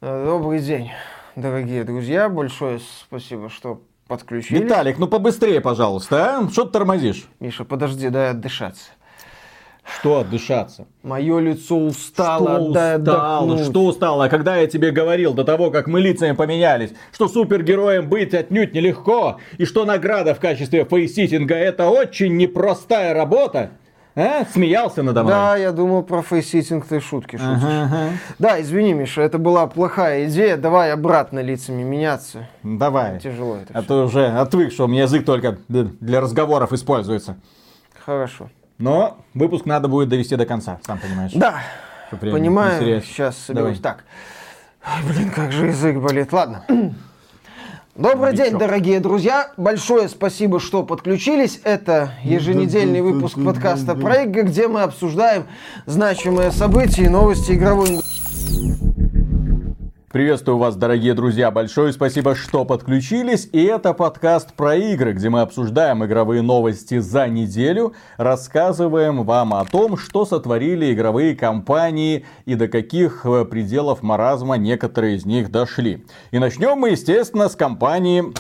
Добрый день, дорогие друзья. Большое спасибо, что подключились. Виталик, ну побыстрее, пожалуйста, а? Что ты тормозишь? Миша, подожди, дай отдышаться. Что отдышаться? Мое лицо устало, дай отдохнуть. Что устало? Когда я тебе говорил до того, как мы лицами поменялись, что супергероем быть отнюдь нелегко, и что награда в качестве фейситинга это очень непростая работа? А? Смеялся надо мной? Да, я думал, про фейситинг ты шутки шутишь. Да, извини, Миша, это была плохая идея. Давай обратно лицами меняться. Давай. Тяжело это А всё. то уже отвык, что у меня язык только для разговоров используется. Хорошо. Но выпуск надо будет довести до конца, сам понимаешь. Да, Время понимаю, не терять. сейчас соберусь. Давай. Так, Ой, блин, как же язык болит. Ладно. Добрый день, дорогие друзья. Большое спасибо, что подключились. Это еженедельный выпуск подкаста про игры, где мы обсуждаем значимые события и новости игровой индустрии. Приветствую вас, дорогие друзья. Большое спасибо, что подключились. И это подкаст про игры, где мы обсуждаем игровые новости за неделю, рассказываем вам о том, что сотворили игровые компании и до каких пределов маразма некоторые из них дошли. И начнем мы, естественно, с компании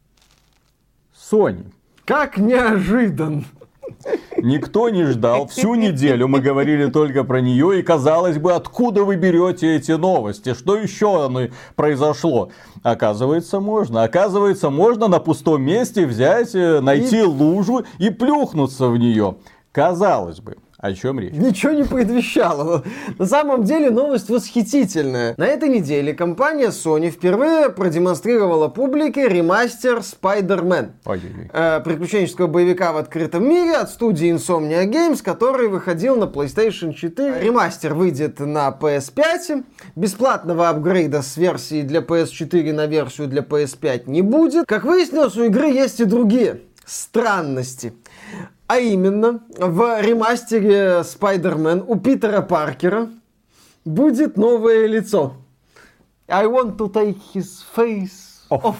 Sony. Как неожиданно. Никто не ждал. Всю неделю мы говорили только про нее. И казалось бы, откуда вы берете эти новости? Что еще произошло? Оказывается, можно. Оказывается, можно на пустом месте взять, найти лужу и плюхнуться в нее. Казалось бы. О чем речь? Ничего не предвещало. На самом деле новость восхитительная. На этой неделе компания Sony впервые продемонстрировала публике ремастер Spider-Man. Приключенческого боевика в открытом мире от студии Insomnia Games, который выходил на PlayStation 4. Ремастер выйдет на PS5. Бесплатного апгрейда с версии для PS4 на версию для PS5 не будет. Как выяснилось, у игры есть и другие странности. А именно, в ремастере Spider-Man у Питера Паркера будет новое лицо. I want to take his face off.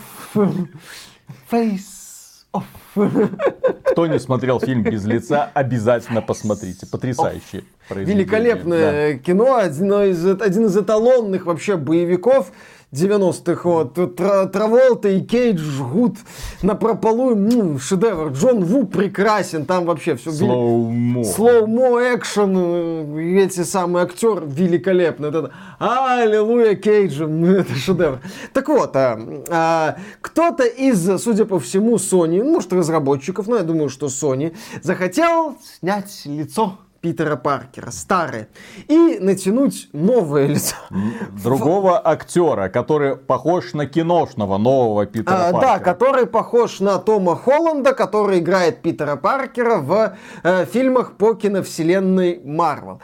Face off. Кто не смотрел фильм «Без лица», обязательно посмотрите. Потрясающее произведение. Великолепное кино, один из эталонных вообще боевиков 90-х. Вот. Траволта и Кейдж жгут напропалую. Шедевр. Джон Ву прекрасен. Там вообще все. Слоумо, экшен. Эти самые актеры великолепны. Это аллилуйя Кейджа. Это шедевр. Так вот, кто-то из, судя по всему, Sony, может, разработчиков, но я думаю, что Sony, захотел снять лицо Питера Паркера, старое, и натянуть новое лицо. Другого актера, который похож на киношного нового Питера Паркера. Да, который похож на Тома Холланда, который играет Питера Паркера в фильмах по киновселенной Марвел.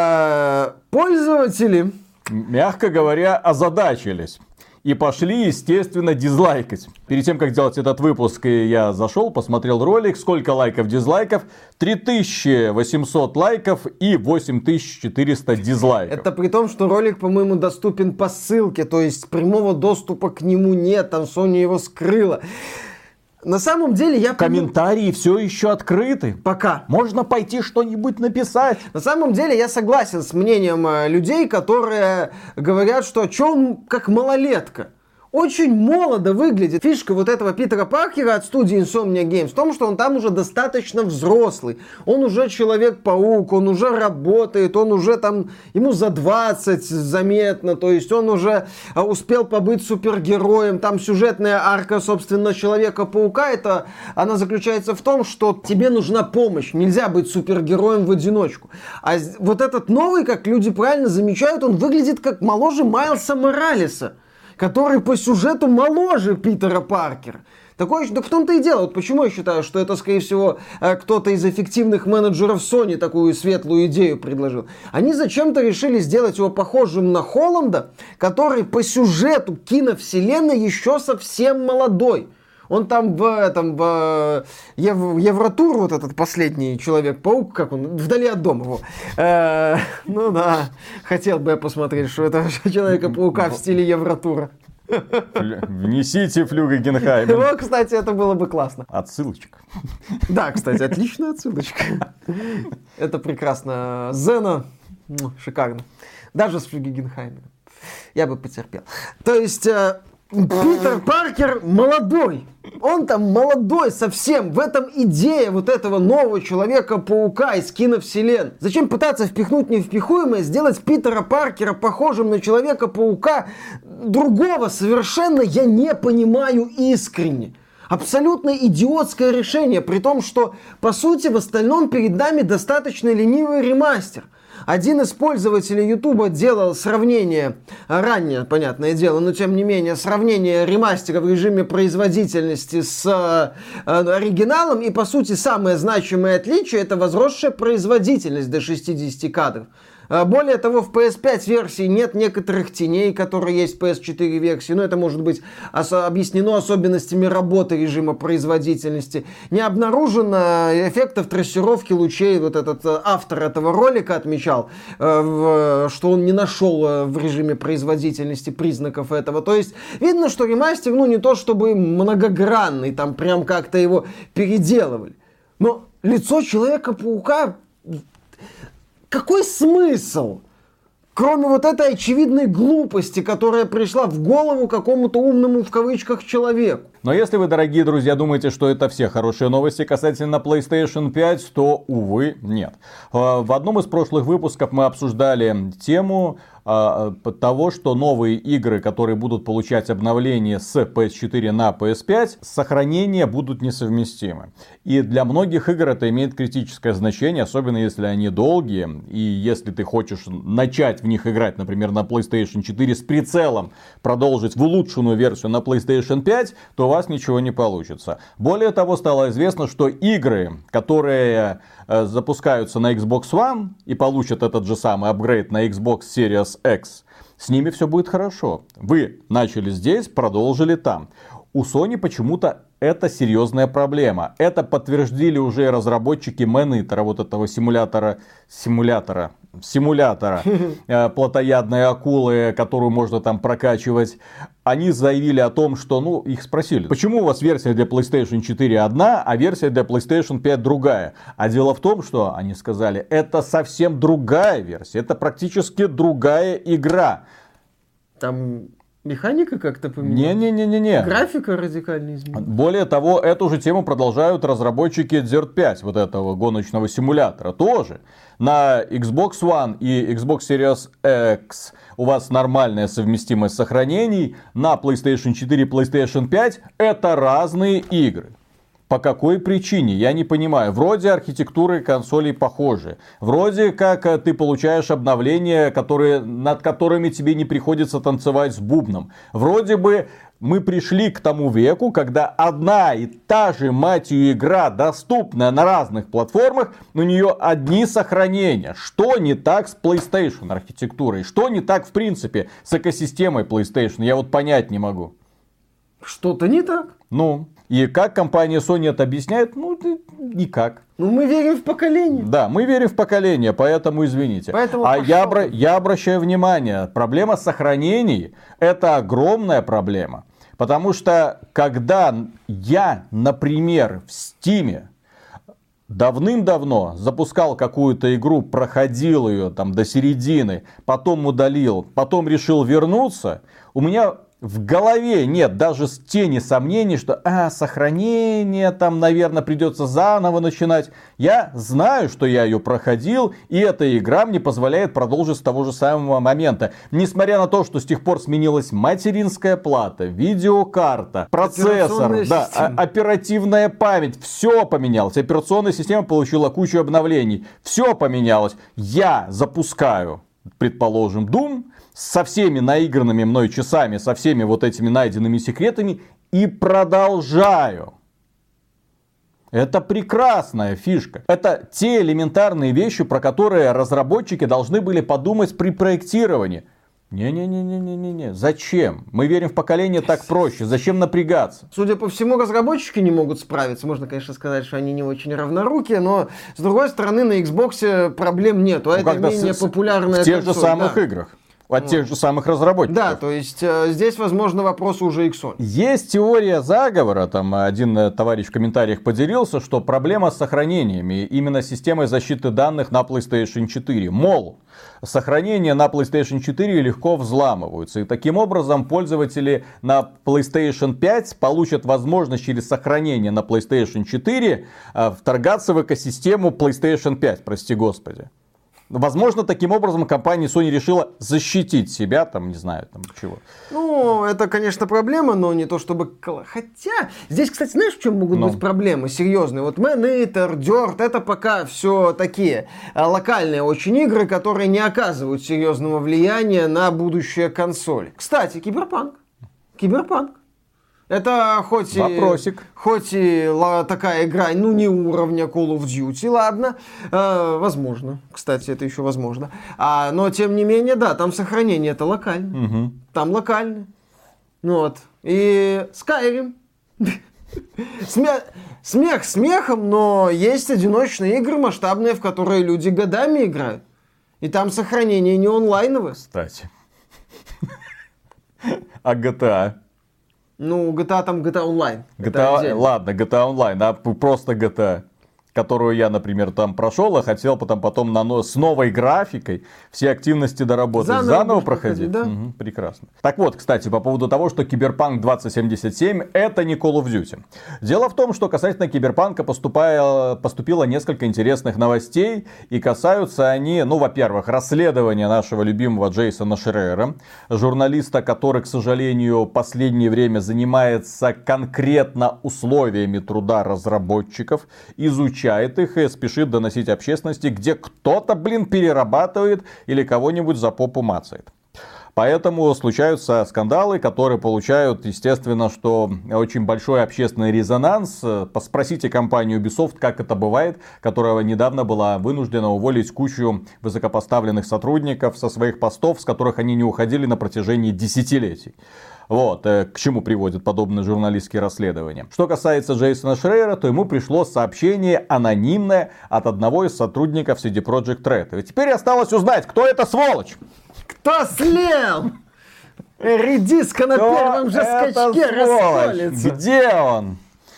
Пользователи, мягко говоря, озадачились. И пошли, естественно, дизлайкать. Перед тем, как делать этот выпуск, я зашел, посмотрел ролик. Сколько лайков, дизлайков? 3800 лайков и 8400 дизлайков. Это при том, что ролик, по-моему, доступен по ссылке. То есть прямого доступа к нему нет. Там Sony его скрыла. На самом деле я... Комментарии все еще открыты. Пока. Можно пойти что-нибудь написать. На самом деле я согласен с мнением людей, которые говорят, что он как малолетка. Очень молодо выглядит. Фишка вот этого Питера Паркера от студии Insomnia Games в том, что он там уже достаточно взрослый. Он уже Человек-паук, он уже работает, он уже там, ему за 20 заметно, то есть он уже успел побыть супергероем. Там сюжетная арка, собственно, Человека-паука, она заключается в том, что тебе нужна помощь. Нельзя быть супергероем в одиночку. А вот этот новый, как люди правильно замечают, он выглядит как моложе Майлса Моралеса, который по сюжету моложе Питера Паркера. Такое, да в том-то и дело. Вот почему я считаю, что это, скорее всего, кто-то из эффективных менеджеров Sony такую светлую идею предложил. Они зачем-то решили сделать его похожим на Холланда, который по сюжету киновселенной еще совсем молодой. Он там в Евротур, вот этот последний Человек-паук, как он, вдали от дома. Ну да, хотел бы я посмотреть, что это Человека-паука в стиле Евротура. Внесите Флюга Генхайма. Ну, кстати, это было бы классно. Отсылочка. Да, кстати, отличная отсылочка. Это прекрасно. Зена, шикарно. Даже с Флюги Генхайма. Я бы потерпел. То есть Питер Паркер молодой. Он там молодой совсем. В этом идея вот этого нового Человека-паука из киновселенной. Зачем пытаться впихнуть невпихуемое, сделать Питера Паркера похожим на Человека-паука другого совершенно, я не понимаю искренне. Абсолютно идиотское решение, при том, что, по сути, в остальном перед нами достаточно ленивый ремастер. Один из пользователей Ютуба делал сравнение, ранее, понятное дело, но тем не менее, сравнение ремастера в режиме производительности с оригиналом, и, по сути, самое значимое отличие — это возросшая производительность до 60 кадров. Более того, в PS5 версии нет некоторых теней, которые есть в PS4 версии. Но это может быть объяснено особенностями работы режима производительности. Не обнаружено эффектов трассировки лучей. Вот этот автор этого ролика отмечал, что он не нашел в режиме производительности признаков этого. То есть видно, что ремастер, не то чтобы многогранный, там прям как-то его переделывали. Но лицо Человека-паука... Какой смысл? Кроме вот этой очевидной глупости, которая пришла в голову какому-то умному, в кавычках, человеку. Но если вы, дорогие друзья, думаете, что это все хорошие новости касательно PlayStation 5, то, увы, нет. В одном из прошлых выпусков мы обсуждали тему того, что новые игры, которые будут получать обновление с PS4 на PS5, сохранения будут несовместимы. И для многих игр это имеет критическое значение, особенно если они долгие. И если ты хочешь начать в них играть, например, на PlayStation 4 с прицелом, продолжить в улучшенную версию на PlayStation 5, то у вас ничего не получится. Более того, стало известно, что игры, которые запускаются на Xbox One и получат этот же самый апгрейд на Xbox Series X, с ними все будет хорошо. Вы начали здесь, продолжили там. У Sony почему-то это серьезная проблема. Это подтвердили уже разработчики Monitor, вот этого симулятора плотоядной акулы, которую можно там прокачивать. Они заявили о том, что, их спросили, почему у вас версия для PlayStation 4 одна, а версия для PlayStation 5 другая? А дело в том, что они сказали, это совсем другая версия, это практически другая игра. Там механика как-то поменялась? Не. Графика радикально изменилась? Более того, эту же тему продолжают разработчики Dirt 5, вот этого гоночного симулятора, тоже. На Xbox One и Xbox Series X у вас нормальная совместимость сохранений. На PlayStation 4 и PlayStation 5 это разные игры. По какой причине? Я не понимаю. Вроде архитектуры консолей похожи. Вроде как ты получаешь обновления, над которыми тебе не приходится танцевать с бубном. Вроде бы мы пришли к тому веку, когда одна и та же, мать ее, игра, доступная на разных платформах, у нее одни сохранения. Что не так с PlayStation архитектурой? Что не так, в принципе, с экосистемой PlayStation? Я вот понять не могу. Что-то не так. И как компания Sony это объясняет? Никак. Мы верим в поколение. Да, мы верим в поколение, поэтому извините. Я обращаю внимание, проблема сохранений это огромная проблема. Потому что, когда я, например, в Steam давным-давно запускал какую-то игру, проходил ее там до середины, потом удалил, потом решил вернуться, у меня в голове нет даже тени сомнений, что сохранение там, наверное, придется заново начинать. Я знаю, что я ее проходил, и эта игра мне позволяет продолжить с того же самого момента. Несмотря на то, что с тех пор сменилась материнская плата, видеокарта, процессор, оперативная память, все поменялось. Операционная система получила кучу обновлений. Все поменялось. Я запускаю, предположим, Doom со всеми наигранными мной часами, со всеми вот этими найденными секретами и продолжаю. Это прекрасная фишка. Это те элементарные вещи, про которые разработчики должны были подумать при проектировании. Не. Зачем? Мы верим в поколение, так проще. Зачем напрягаться? Судя по всему, разработчики не могут справиться. Можно, конечно, сказать, что они не очень равнорукие, но, с другой стороны, на Xbox проблем нету. А это менее популярная в тех же самых играх. От тех же самых разработчиков. Да, то есть здесь, возможно, вопрос уже и к Sony. Есть теория заговора, там один товарищ в комментариях поделился, что проблема с сохранениями, именно системой защиты данных на PlayStation 4. Мол, сохранения на PlayStation 4 легко взламываются. И таким образом пользователи на PlayStation 5 получат возможность через сохранение на PlayStation 4 вторгаться в экосистему PlayStation 5, прости господи. Возможно, таким образом компания Sony решила защитить себя, там, не знаю, там, чего. Ну, это, конечно, проблема, но не то чтобы... Хотя, здесь, кстати, знаешь, в чем могут быть проблемы серьезные? Вот Man Eater, Dirt, это пока все такие локальные очень игры, которые не оказывают серьезного влияния на будущее консоли. Кстати, Киберпанк. Это хоть и такая игра, ну, не уровня Call of Duty, ладно, возможно, кстати, это еще возможно, но, тем не менее, да, там сохранение это локально, там локально, вот, и Skyrim, смех смехом, но есть одиночные игры масштабные, в которые люди годами играют, и там сохранение не онлайновое. Кстати, а GTA? Ну, GTA там GTA Online. Ладно, GTA Online, а просто GTA, которую я, например, там прошел, и хотел потом с новой графикой все активности доработать. Заново проходить? Да? Угу, прекрасно. Так вот, кстати, по поводу того, что Киберпанк 2077 это не Call of Duty. Дело в том, что касательно Киберпанка поступило несколько интересных новостей, и касаются они, ну, во-первых, расследования нашего любимого Джейсона Шрейера, журналиста, который, к сожалению, последнее время занимается конкретно условиями труда разработчиков, изучает их и спешит доносить общественности, где кто-то, перерабатывает или кого-нибудь за попу мацает. Поэтому случаются скандалы, которые получают, естественно, что очень большой общественный резонанс. Спросите компанию Ubisoft, как это бывает, которая недавно была вынуждена уволить кучу высокопоставленных сотрудников со своих постов, с которых они не уходили на протяжении десятилетий. Вот, к чему приводят подобные журналистские расследования. Что касается Джейсона Шрейера, то ему пришло сообщение анонимное от одного из сотрудников CD Projekt Red. И теперь осталось узнать, кто это сволочь. Кто слил? Редиска на первом же скачке расколется. Где он?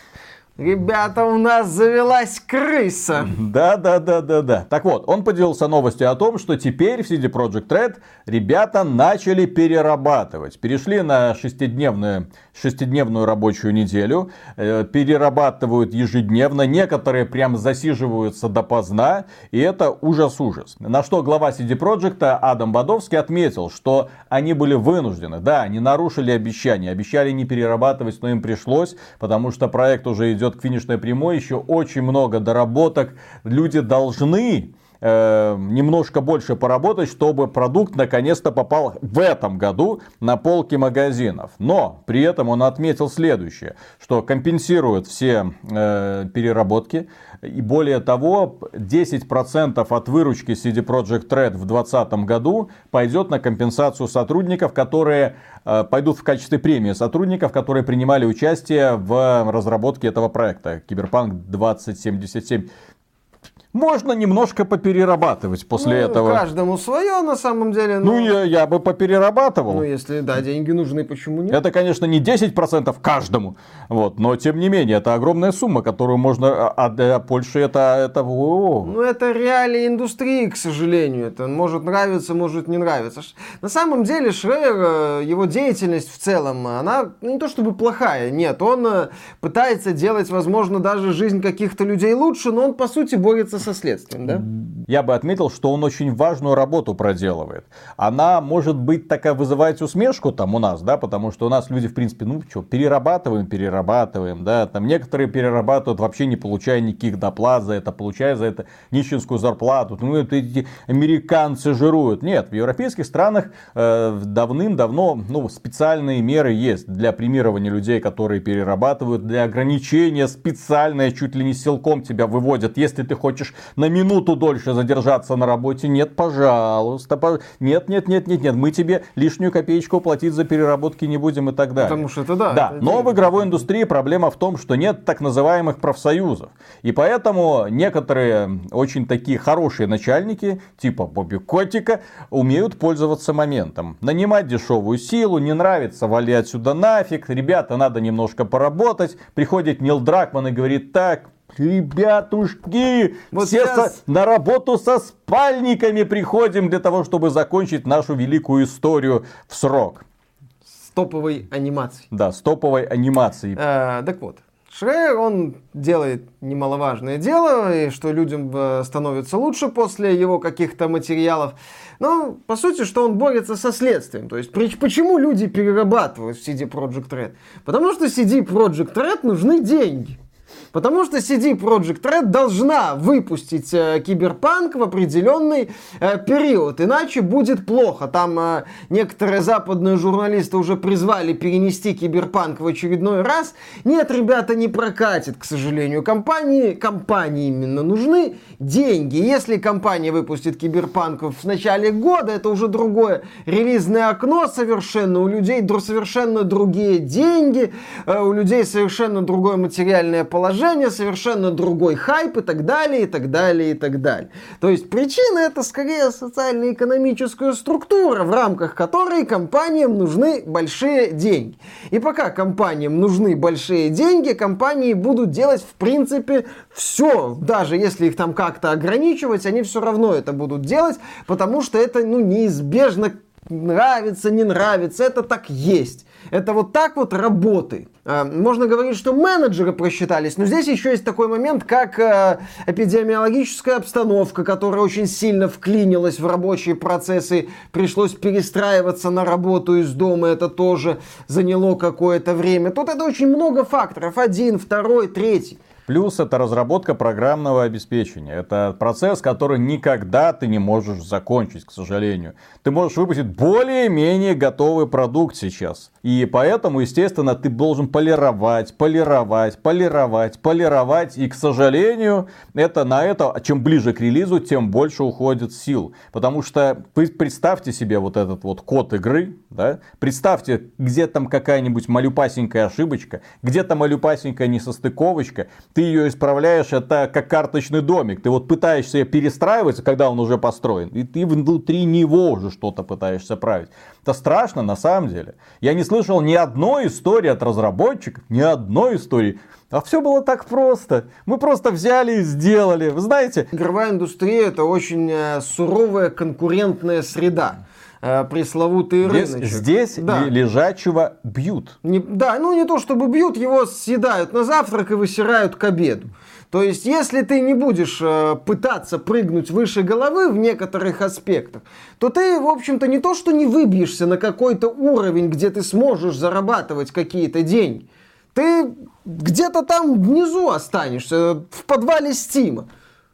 Ребята, у нас завелась крыса. Да. Так вот, он поделился новостью о том, что теперь в CD Projekt Red ребята начали перерабатывать. Перешли на шестидневную рабочую неделю. Перерабатывают ежедневно. Некоторые прям засиживаются допоздна. И это ужас-ужас. На что глава CD Projekt Адам Бодовский отметил, что они были вынуждены. Да, они нарушили обещания. Обещали не перерабатывать, но им пришлось. Потому что проект уже идет к финишной прямой, еще очень много доработок. Люди должны немножко больше поработать, чтобы продукт наконец-то попал в этом году на полки магазинов. Но при этом он отметил следующее, что компенсируют все переработки. И более того, 10% от выручки CD Projekt Red в 2020 году пойдет на компенсацию сотрудников, которые пойдут в качестве премии сотрудников, которые принимали участие в разработке этого проекта. Киберпанк 2077. Можно немножко поперерабатывать после этого. Каждому свое, на самом деле. Ну, я бы поперерабатывал. Ну, если, да, деньги нужны, почему нет? Это, конечно, не 10% каждому. Вот, но, тем не менее, это огромная сумма, которую можно... А для Польши это... Ну, это реалии индустрии, к сожалению. Это может нравиться, может не нравиться. На самом деле, Шрейер, его деятельность в целом, она не то чтобы плохая. Нет, он пытается делать, возможно, даже жизнь каких-то людей лучше, но он, по сути, борется со следствием, да? Я бы отметил, что он очень важную работу проделывает. Она, может быть, такая вызывает усмешку там у нас, да, потому что у нас люди, в принципе, перерабатываем, да, там некоторые перерабатывают, вообще не получая никаких доплат за это, получая за это нищенскую зарплату. Ну, это эти американцы жируют. Нет, в европейских странах давным-давно, специальные меры есть для премирования людей, которые перерабатывают, для ограничения специальное, чуть ли не силком тебя выводят, если ты хочешь хочешь на минуту дольше задержаться на работе? Нет, пожалуйста. Нет, мы тебе лишнюю копеечку платить за переработки не будем и так далее. Потому что это да. Да, но в игровой индустрии проблема в том, что нет так называемых профсоюзов. И поэтому некоторые очень такие хорошие начальники, типа Бобби Котика, умеют пользоваться моментом. Нанимать дешевую силу, не нравится, вали отсюда нафиг. Ребята, надо немножко поработать. Приходит Нил Дракман и говорит: так, ребятушки, вот все сейчас на работу со спальниками приходим для того, чтобы закончить нашу великую историю в срок. С топовой анимацией. Да, с топовой анимацией. Так вот. Шрейер, он делает немаловажное дело, и что людям становится лучше после его каких-то материалов. Но, по сути, что он борется со следствием. То есть, почему люди перерабатывают в CD Projekt Red? Потому что CD Projekt Red нужны деньги. Потому что CD Projekt Red должна выпустить Киберпанк в определенный период, иначе будет плохо. Там некоторые западные журналисты уже призвали перенести Киберпанк в очередной раз. Нет, ребята, не прокатит, к сожалению. Компании именно нужны деньги. Если компания выпустит Киберпанк в начале года, это уже другое релизное окно совершенно. У людей совершенно другие деньги, у людей совершенно другое материальное положение, совершенно другой хайп и так далее, и так далее, и так далее. То есть причина — это скорее социально-экономическая структура, в рамках которой компаниям нужны большие деньги. И пока компаниям нужны большие деньги, компании будут делать в принципе все. Даже если их там как-то ограничивать, они все равно это будут делать, потому что это неизбежно. Нравится, не нравится, это так есть. Это вот так вот работает. Можно говорить, что менеджеры просчитались, но здесь еще есть такой момент, как эпидемиологическая обстановка, которая очень сильно вклинилась в рабочие процессы. Пришлось перестраиваться на работу из дома, это тоже заняло какое-то время. Тут это очень много факторов. 1, 2, 3. Плюс это разработка программного обеспечения. Это процесс, который никогда ты не можешь закончить, к сожалению. Ты можешь выпустить более-менее готовый продукт сейчас. И поэтому, естественно, ты должен полировать. И, к сожалению, чем ближе к релизу, тем больше уходит сил. Потому что представьте себе вот этот вот код игры. Да? Представьте, где там какая-нибудь малюпасенькая ошибочка, где-то малюпасенькая несостыковочка. Ты ее исправляешь, это как карточный домик. Ты вот пытаешься ее перестраивать, когда он уже построен, и ты внутри него уже что-то пытаешься править. Это страшно на самом деле. Я не слышал ни одной истории от разработчиков, ни одной истории. А все было так просто. Мы просто взяли и сделали. Вы знаете, игровая индустрия — это очень суровая конкурентная среда. Пресловутый рыночек. Здесь да. Лежачего бьют. Не то чтобы бьют, его съедают на завтрак и высирают к обеду. То есть, если ты не будешь пытаться прыгнуть выше головы в некоторых аспектах, то ты, в общем-то, не то что не выбьешься на какой-то уровень, где ты сможешь зарабатывать какие-то деньги. Ты где-то там внизу останешься, в подвале Стима,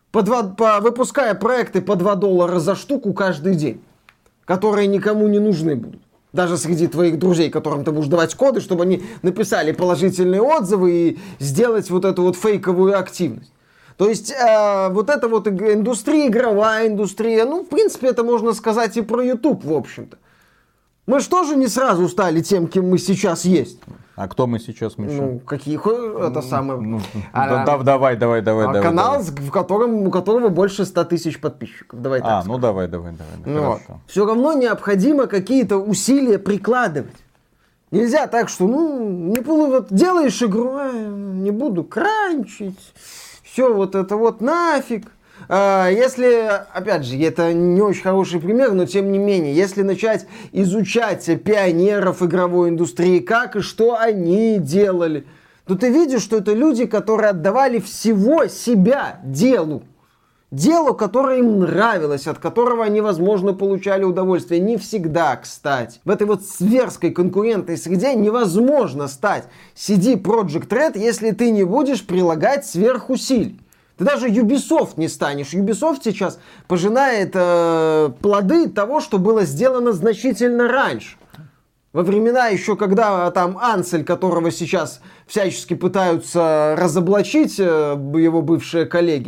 выпуская проекты по $2 за штуку каждый день, которые никому не нужны будут. Даже среди твоих друзей, которым ты будешь давать коды, чтобы они написали положительные отзывы и сделать вот эту вот фейковую активность. То есть вот эта вот индустрия, игровая индустрия, в принципе, это можно сказать и про YouTube, в общем-то. Мы же тоже не сразу стали тем, кем мы сейчас есть. А кто мы сейчас, Миша? Это самое... Давай. Канал, у которого больше 100 тысяч подписчиков. Давай так скажем. Давай. Все равно необходимо какие-то усилия прикладывать. Нельзя так, что, делаешь игру, не буду кранчить, все вот это вот нафиг. Если, опять же, это не очень хороший пример, но тем не менее, если начать изучать пионеров игровой индустрии, как и что они делали, то ты видишь, что это люди, которые отдавали всего себя делу. Делу, которое им нравилось, от которого они, возможно, получали удовольствие. Не всегда, кстати. В этой вот зверской конкурентной среде невозможно стать CD Projekt Red, если ты не будешь прилагать сверхусилий. Ты даже Ubisoft не станешь. Ubisoft сейчас пожинает плоды того, что было сделано значительно раньше. Во времена еще, когда там Ансель, которого сейчас всячески пытаются разоблачить его бывшие коллеги,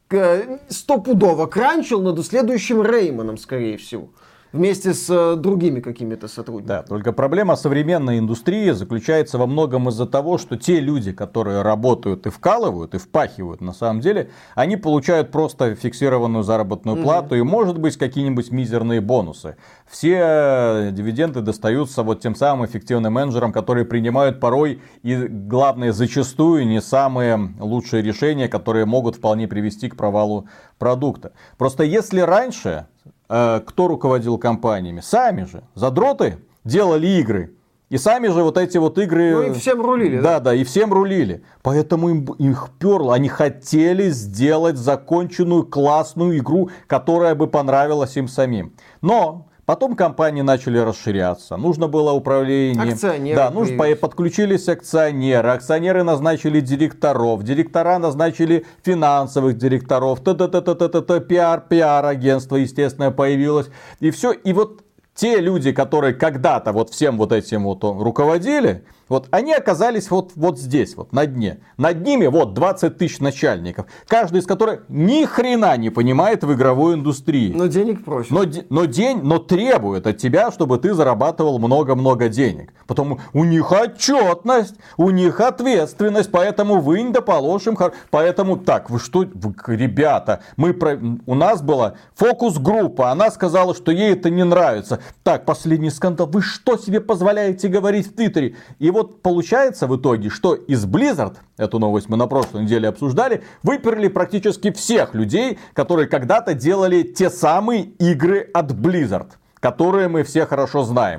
стопудово кранчил над следующим Реймоном, скорее всего. Вместе с другими какими-то сотрудниками. Да, только проблема современной индустрии заключается во многом из-за того, что те люди, которые работают и вкалывают, и впахивают, на самом деле, они получают просто фиксированную заработную плату и, может быть, какие-нибудь мизерные бонусы. Все дивиденды достаются вот тем самым эффективным менеджерам, которые принимают порой и, главное, зачастую не самые лучшие решения, которые могут вполне привести к провалу продукта. Просто если раньше... Кто руководил компаниями? Сами же. Задроты делали игры. И сами же вот эти вот игры... Ну и всем рулили. Да, и всем рулили. Поэтому их перло. Они хотели сделать законченную классную игру, которая бы понравилась им самим. Но... Потом компании начали расширяться. Нужно было управление. Акционеры. Подключились акционеры. Акционеры назначили директоров. Директора назначили финансовых директоров. Пиар-агентство, естественно, появилось. И все. И вот те люди, которые когда-то вот всем вот этим вот руководили, вот они оказались вот здесь, вот на дне. Над ними вот 20 тысяч начальников. Каждый из которых ни хрена не понимает в игровой индустрии. Но денег просит. Но требует от тебя, чтобы ты зарабатывал много-много денег. Потому у них отчетность, у них ответственность, поэтому вынь да положь им. Поэтому так, ребята, у нас была фокус-группа, она сказала, что ей это не нравится. Так, последний скандал, вы что себе позволяете говорить в Твиттере? И вот получается в итоге, что из Blizzard, эту новость мы на прошлой неделе обсуждали, выперли практически всех людей, которые когда-то делали те самые игры от Blizzard, которые мы все хорошо знаем.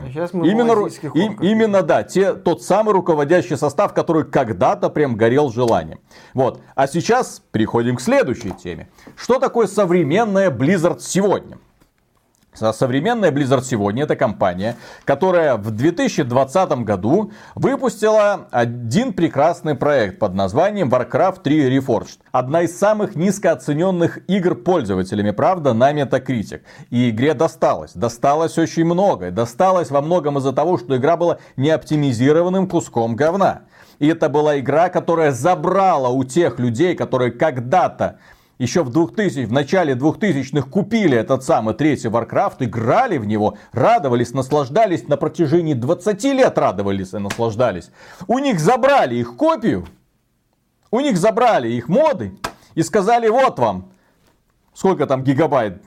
Тот самый руководящий состав, который когда-то прям горел желанием. Вот. А сейчас переходим к следующей теме. Что такое современная Blizzard сегодня? Современная Blizzard сегодня это компания, которая в 2020 году выпустила один прекрасный проект под названием Warcraft 3 Reforged. Одна из самых низкооцененных игр пользователями, правда, на Metacritic. И игре досталось очень много. Досталось во многом из-за того, что игра была неоптимизированным куском говна. И это была игра, которая забрала у тех людей, которые когда-то еще в начале 2000-х купили этот самый третий Warcraft, играли в него, радовались, наслаждались, на протяжении 20 лет радовались и наслаждались. У них забрали их копию, у них забрали их моды и сказали: вот вам, сколько там гигабайт?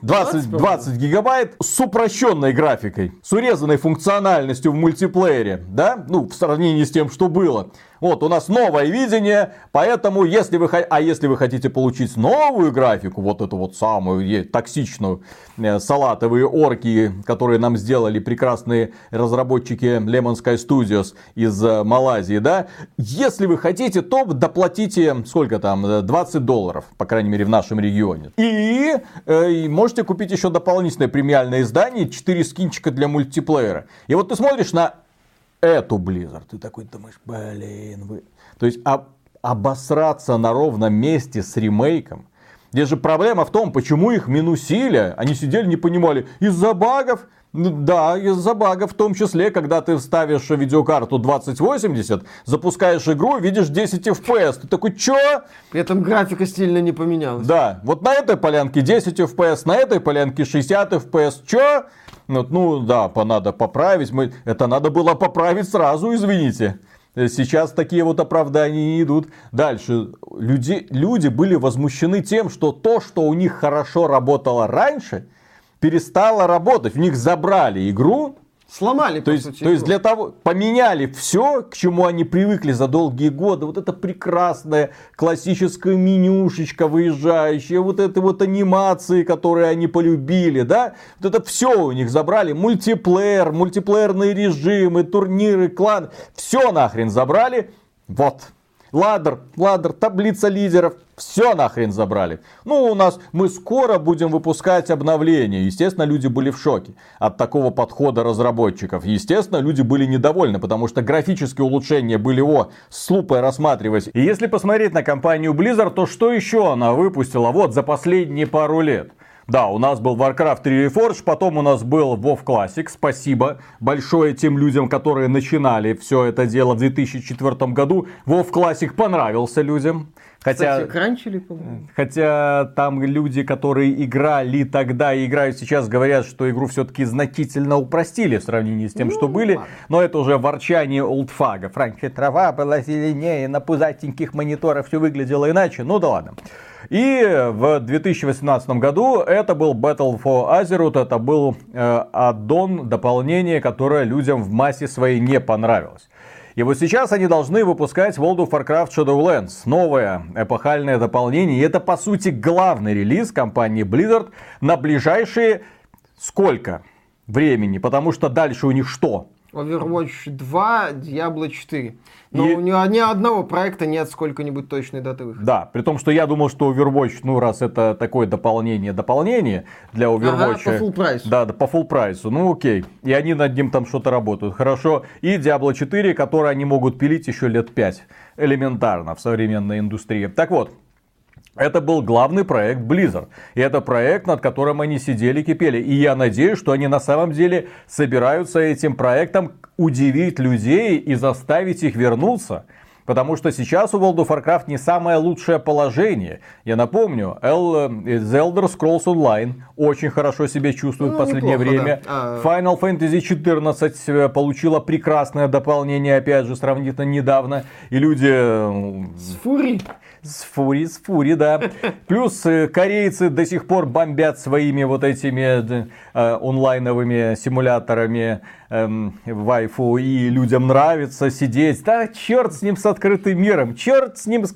20 гигабайт с упрощенной графикой, с урезанной функциональностью в мультиплеере, да? Ну, в сравнении с тем, что было. Вот, у нас новое видение, поэтому, если вы хотите получить новую графику, вот эту вот самую токсичную, салатовые орки, которые нам сделали прекрасные разработчики Lemon Sky Studios из Малайзии, да, если вы хотите, то доплатите, сколько там, $20, по крайней мере, в нашем регионе. И можете купить еще дополнительное премиальное издание, 4 скинчика для мультиплеера. И вот ты смотришь на эту Blizzard, ты такой думаешь, вы... То есть обосраться на ровном месте с ремейком. Здесь же проблема в том, почему их минусили. Они сидели, не понимали, из-за багов. Да, из-за багов, в том числе, когда ты вставишь видеокарту 2080, запускаешь игру, видишь 10 FPS. Ты такой, чё? При этом графика стильно не поменялась. Да, вот на этой полянке 10 FPS, на этой полянке 60 FPS. Чё? Ну да, надо поправить. Это надо было поправить сразу, извините. Сейчас такие вот оправдания не идут. Дальше. Люди были возмущены тем, что то, что у них хорошо работало раньше, перестало работать. У них забрали игру. Сломали, то есть для того, поменяли все, к чему они привыкли за долгие годы. Вот это прекрасная классическая менюшечка выезжающая, вот это вот анимации, которые они полюбили, да. Вот это все у них забрали. Мультиплеер, мультиплеерные режимы, турниры, кланы. Все нахрен забрали. Вот. Ладдер, таблица лидеров, все нахрен забрали. Мы скоро будем выпускать обновления. Естественно, люди были в шоке от такого подхода разработчиков. Естественно, люди были недовольны, потому что графические улучшения были с лупой рассматривать. И если посмотреть на компанию Blizzard, то что еще она выпустила за последние пару лет? Да, у нас был Warcraft 3 Reforged, потом у нас был WoW Classic. Спасибо большое тем людям, которые начинали все это дело в 2004 году. WoW Classic понравился людям. Кстати, кранчили, по-моему. Хотя там люди, которые играли тогда и играют сейчас, говорят, что игру все-таки значительно упростили в сравнении с тем, что были. Но это уже ворчание олдфагов. Раньше трава была зеленее, на пузатеньких мониторах все выглядело иначе. Ну да ладно. И в 2018 году это был Battle for Azeroth. Это был аддон, дополнение, которое людям в массе своей не понравилось. И вот сейчас они должны выпускать World of Warcraft Shadowlands. Новое эпохальное дополнение. И это, по сути, главный релиз компании Blizzard на ближайшие сколько времени? Потому что дальше у них что? Overwatch 2, Diablo 4. Но у него ни одного проекта нет сколько-нибудь точной даты выхода. Да, при том, что я думал, что Overwatch, ну раз это такое дополнение для Overwatch. Ага, по full прайсу. Да, по full прайсу. Ну окей. И они над ним там что-то работают. Хорошо. И Diablo 4, который они могут пилить еще лет 5. Элементарно в современной индустрии. Так вот. Это был главный проект Blizzard. И это проект, над которым они сидели, кипели. И я надеюсь, что они на самом деле собираются этим проектом удивить людей и заставить их вернуться. Потому что сейчас у World of Warcraft не самое лучшее положение. Я напомню, The Elder Scrolls Online очень хорошо себя чувствует в последнее время. Да. Final Fantasy XIV получила прекрасное дополнение, опять же, сравнительно недавно. И люди... С фури, да. Плюс корейцы до сих пор бомбят своими вот этими онлайновыми симуляторами вайфу, и людям нравится сидеть. Да, черт с ним, с открытым миром, черт с ним с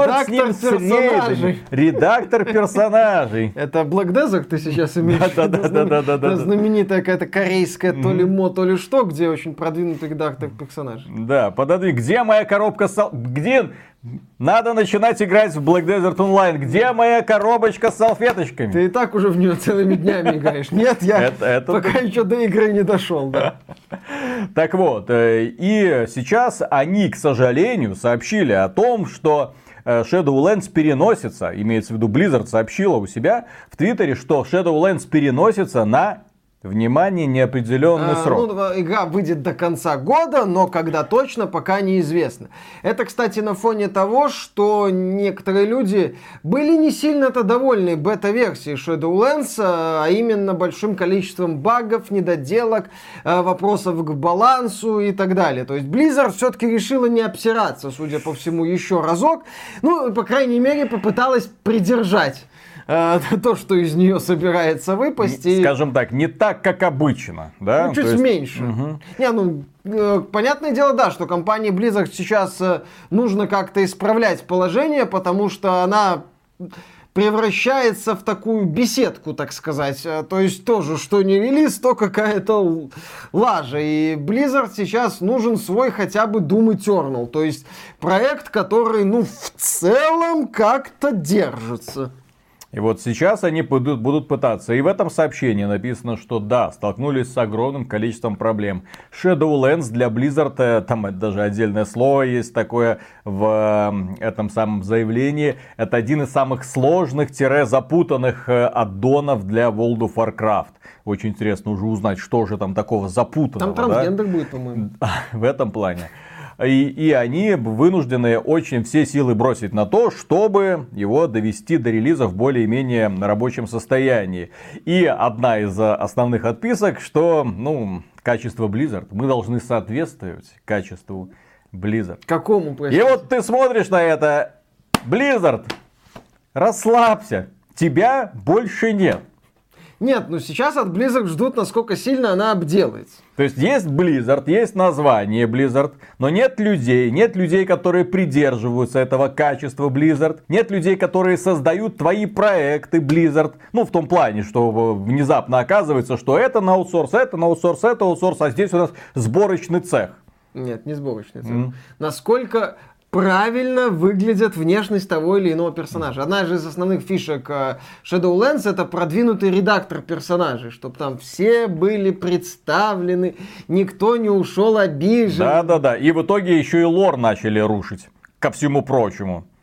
рейдами. Редактор персонажей. Это Black Desert ты сейчас имеешь в виду? Да. Знаменитая какая-то корейская то ли мо, то ли что, где очень продвинутый редактор персонажей. Да, подожди, где моя коробка где... Надо начинать играть в Black Desert Online. Где моя коробочка с салфеточками? Ты и так уже в нее целыми днями играешь. Нет, я пока еще до игры не дошел. Да. Так вот, и сейчас они, к сожалению, сообщили о том, что Shadowlands переносится, имеется в виду Blizzard сообщила у себя в Твиттере, что Shadowlands переносится на... Внимание, неопределенный срок. Игра выйдет до конца года, но когда точно, пока неизвестно. Это, кстати, на фоне того, что некоторые люди были не сильно-то довольны бета-версией Shadowlands, а именно большим количеством багов, недоделок, вопросов к балансу и так далее. То есть Blizzard все-таки решила не обсираться, судя по всему, еще разок. Ну, по крайней мере, попыталась придержать то, что из нее собирается выпасть. Скажем так, не так, как обычно. Да? Ну, чуть меньше. Угу. Понятное дело, да, что компании Blizzard сейчас нужно как-то исправлять положение, потому что она превращается в такую беседку, так сказать. То есть тоже, что не релиз, то какая-то лажа. И Blizzard сейчас нужен свой хотя бы Doom Eternal. То есть проект, который, в целом как-то держится. И вот сейчас они будут пытаться. И в этом сообщении написано, что да, столкнулись с огромным количеством проблем. Shadowlands для Blizzard, там даже отдельное слово есть такое в этом самом заявлении. Это один из самых сложных-запутанных аддонов для World of Warcraft. Очень интересно уже узнать, что же там такого запутанного. Там трансгендер будет, по-моему. В этом плане. И они вынуждены очень все силы бросить на то, чтобы его довести до релиза в более-менее рабочем состоянии. И одна из основных отписок, что качество Blizzard, мы должны соответствовать качеству Blizzard. Какому? И вот ты смотришь на это, Blizzard, расслабься, тебя больше нет. Нет, сейчас от Blizzard ждут, насколько сильно она обделается. То есть Blizzard, есть название Blizzard, но нет людей, которые придерживаются этого качества Blizzard, нет людей, которые создают твои проекты Blizzard. В том плане, что внезапно оказывается, что это на аутсорс, а здесь у нас сборочный цех. Нет, не сборочный цех. Насколько правильно выглядит внешность того или иного персонажа. Одна же из основных фишек Shadowlands — это продвинутый редактор персонажей, чтобы там все были представлены, никто не ушел обижен. Да. И в итоге еще и лор начали рушить, ко всему прочему.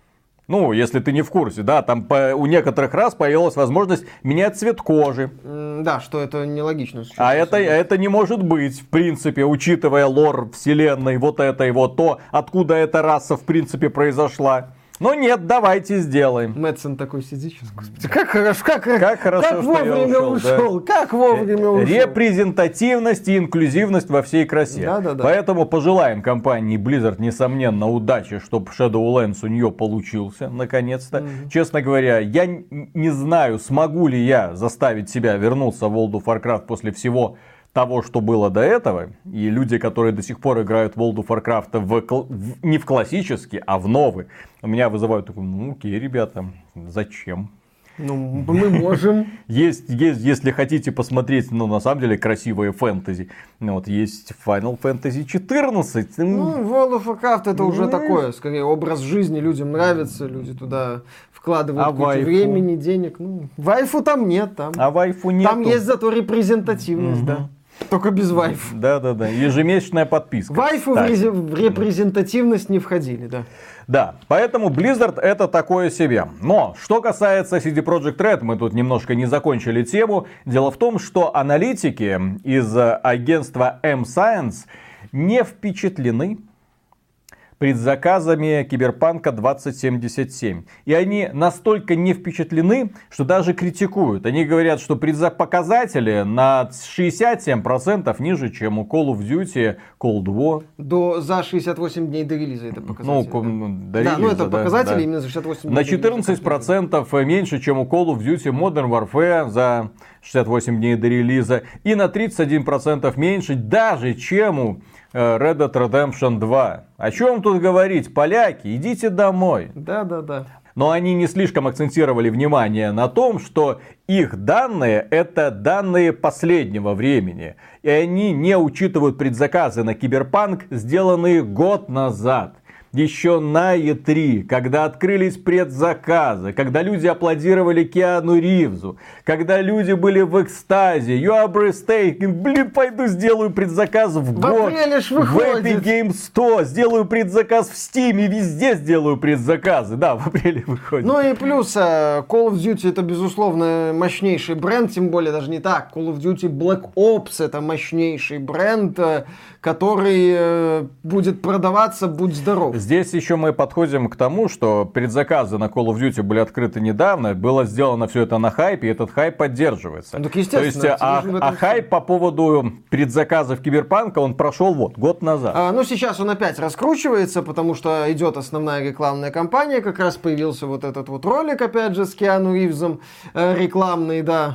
Ну, если ты не в курсе, да, там у некоторых раз появилась возможность менять цвет кожи. Да, что это нелогично. А это не может быть, в принципе, учитывая лор вселенной, вот это и вот то, откуда эта раса, в принципе, произошла. Но нет, давайте сделаем. Мэтсон такой сидит сейчас, господи, как хорошо, как что вовремя я ушел, да. как вовремя ушел. Репрезентативность и инклюзивность во всей красе. Да. Поэтому пожелаем компании Blizzard, несомненно, удачи, чтобы Shadowlands у нее получился, наконец-то. Честно говоря, я не знаю, смогу ли я заставить себя вернуться в World of Warcraft после всего того, что было до этого, и люди, которые до сих пор играют в World of Warcraft не в классический, а в новый, у меня вызывают такой, ну окей, ребята, зачем? Ну, мы можем. Есть, если хотите посмотреть, ну, на самом деле, красивые фэнтези. Вот, есть Final Fantasy 14. Ну, World of Warcraft это уже такое, скорее, образ жизни, людям нравится, люди туда вкладывают кучу времени, денег. Ну, вайфу там нет. А вайфу нет. Там есть зато репрезентативность, да. Только без вайфу. Да. Ежемесячная подписка. Вайфу в репрезентативность не входили, да. Да, поэтому Blizzard это такое себе. Но, что касается CD Projekt Red, мы тут немножко не закончили тему. Дело в том, что аналитики из агентства M-Science не впечатлены предзаказами Киберпанка 2077. И они настолько не впечатлены, что даже критикуют. Они говорят, что показатели на 67% ниже, чем у Call of Duty Cold War. За 68 дней до релиза это показатели. До релиза, это показатели именно за 68 дней. На 14% меньше, чем у Call of Duty Modern Warfare за 68 дней до релиза. И на 31% меньше даже, чем у Red Dead Redemption 2. О чем тут говорить, поляки? Идите домой. Да. Но они не слишком акцентировали внимание на том, что их данные это данные последнего времени. И они не учитывают предзаказы на Киберпанк, сделанные год назад. Еще на E3, когда открылись предзаказы, когда люди аплодировали Киану Ривзу, когда люди были в экстазе, you are breathtaking, пойду сделаю предзаказ в год, в Epic Games 100, сделаю предзаказ в Steam, везде сделаю предзаказы, да, в апреле выходит. Ну и плюс, Call of Duty это безусловно мощнейший бренд, тем более даже не так, Call of Duty Black Ops это мощнейший бренд, который будет продаваться, будь здоров. Здесь еще мы подходим к тому, что предзаказы на Call of Duty были открыты недавно, было сделано все это на хайпе, и этот хайп поддерживается. Так, естественно. То есть, хайп по поводу предзаказов Киберпанка, он прошел год назад. Ну, сейчас он опять раскручивается, потому что идет основная рекламная кампания, как раз появился вот этот вот ролик, опять же, с Киану Ривзом, рекламный, да.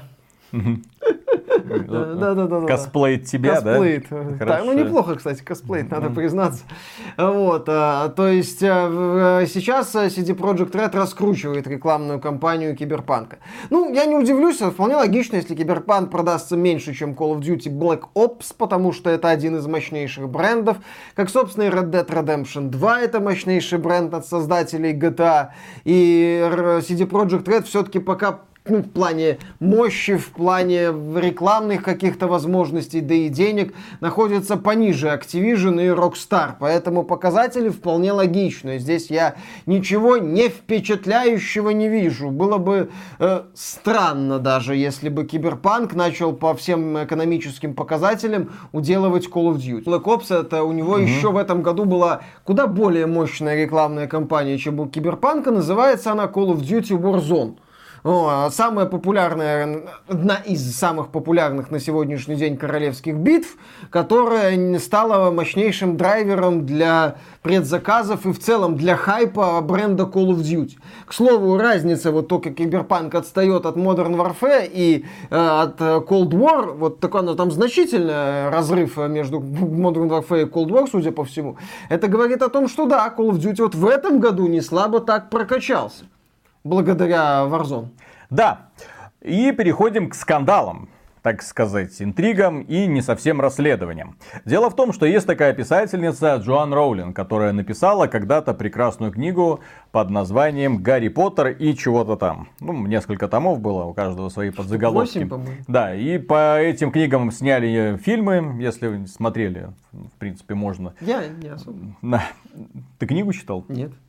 Да. Косплеит тебя, косплеит. Да? Ну, неплохо, кстати, косплеит, надо признаться. Вот, то есть, сейчас CD Projekt Red раскручивает рекламную кампанию Киберпанка. Ну, я не удивлюсь, вполне логично, если Киберпанк продастся меньше, чем Call of Duty Black Ops, потому что это один из мощнейших брендов. Как, собственно, и Red Dead Redemption 2 это мощнейший бренд от создателей GTA. И CD Projekt Red все-таки пока в плане мощи, в плане рекламных каких-то возможностей, да и денег, находится пониже Activision и Rockstar. Поэтому показатели вполне логичны. Здесь я ничего не впечатляющего не вижу. Было бы странно даже, если бы Киберпанк начал по всем экономическим показателям уделывать Call of Duty. Black Ops, это у него еще в этом году была куда более мощная рекламная кампания, чем у Киберпанка. Называется она Call of Duty Warzone. Самая популярная, одна из самых популярных на сегодняшний день королевских битв, которая стала мощнейшим драйвером для предзаказов и в целом для хайпа бренда Call of Duty. К слову, разница, вот только Киберпанк отстает от Modern Warfare и от Cold War, вот такой там значительный разрыв между Modern Warfare и Cold War, судя по всему. Это говорит о том, что да, Call of Duty вот в этом году не слабо так прокачался. Благодаря Warzone. Да. И переходим к скандалам, так сказать, интригам и не совсем расследованиям. Дело в том, что есть такая писательница Джоан Роулинг, которая написала когда-то прекрасную книгу под названием «Гарри Поттер и чего-то там». Ну, несколько томов было, у каждого свои подзаголовки. 8, по-моему. Да, и по этим книгам сняли фильмы, если вы смотрели, в принципе, можно. Я не особо. Ты книгу читал? Нет.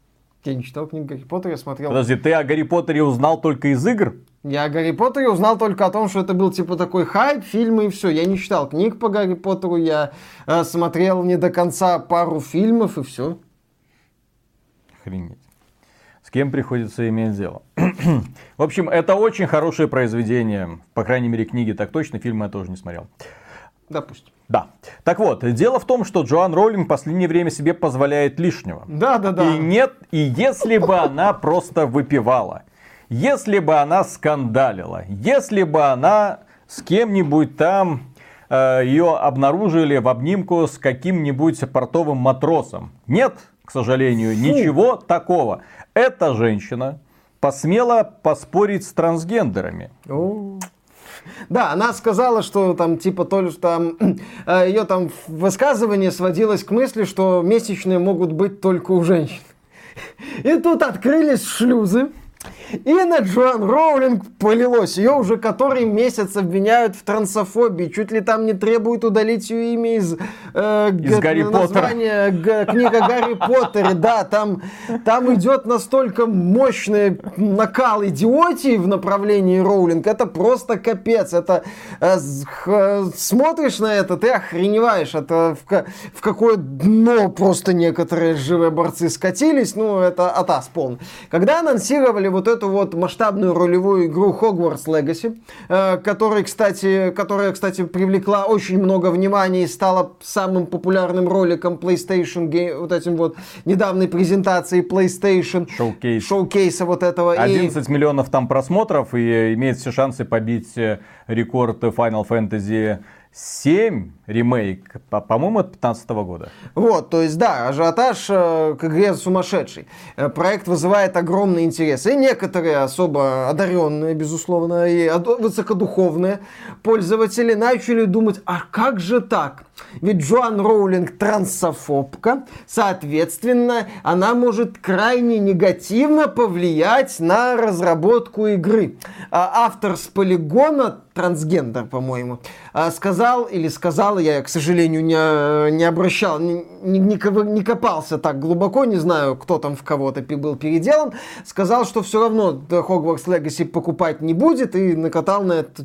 Я не читал книгу Гарри Поттера, я смотрел... Подожди, ты о Гарри Поттере узнал только из игр? Я о Гарри Поттере узнал только о том, что это был типа такой хайп, фильмы и все. Я не читал книг по Гарри Поттеру, я смотрел не до конца пару фильмов и все. Охренеть. С кем приходится иметь дело. В общем, это очень хорошее произведение. По крайней мере, книги так точно, фильмы я тоже не смотрел. Допустим. Да. Так вот, дело в том, что Джоан Роулинг в последнее время себе позволяет лишнего. Да. И если бы она просто выпивала, если бы она скандалила, если бы она с кем-нибудь там ее обнаружили в обнимку с каким-нибудь портовым матросом. Нет, к сожалению, ничего такого. Эта женщина посмела поспорить с трансгендерами. Да, она сказала, что там типа там ее там высказывание сводилось к мысли, что месячные могут быть только у женщин. И тут открылись шлюзы. И на Джоан Роулинг полилось. Ее уже который месяц обвиняют в трансофобии. Чуть ли там не требуют удалить ее имя из Гарри названия книга Гарри Поттере. Да, там идет настолько мощный накал идиотии в направлении Роулинг. Это просто капец. Это смотришь на это, ты охреневаешь. Это в какое дно просто некоторые живые борцы скатились. Ну, это атас полный. Когда анонсировали вот эту вот масштабную ролевую игру Hogwarts Legacy, которая, кстати, привлекла очень много внимания и стала самым популярным роликом PlayStation, вот этим вот недавней презентации PlayStation. Шоукейса вот этого. 11 миллионов там просмотров и имеет все шансы побить рекорд Final Fantasy 7 ремейк, по-моему, от 2015 года. Вот, то есть, да, ажиотаж к игре сумасшедший. Проект вызывает огромный интерес. И некоторые особо одаренные, безусловно, и высокодуховные пользователи начали думать, а как же так? Ведь Джоан Роулинг трансофобка, соответственно, она может крайне негативно повлиять на разработку игры. Автор с Полигона, трансгендер, по-моему, сказала, я, к сожалению, не обращал, не копался так глубоко, не знаю, кто там в кого-то был переделан, сказал, что все равно Hogwarts Legacy покупать не будет, и накатала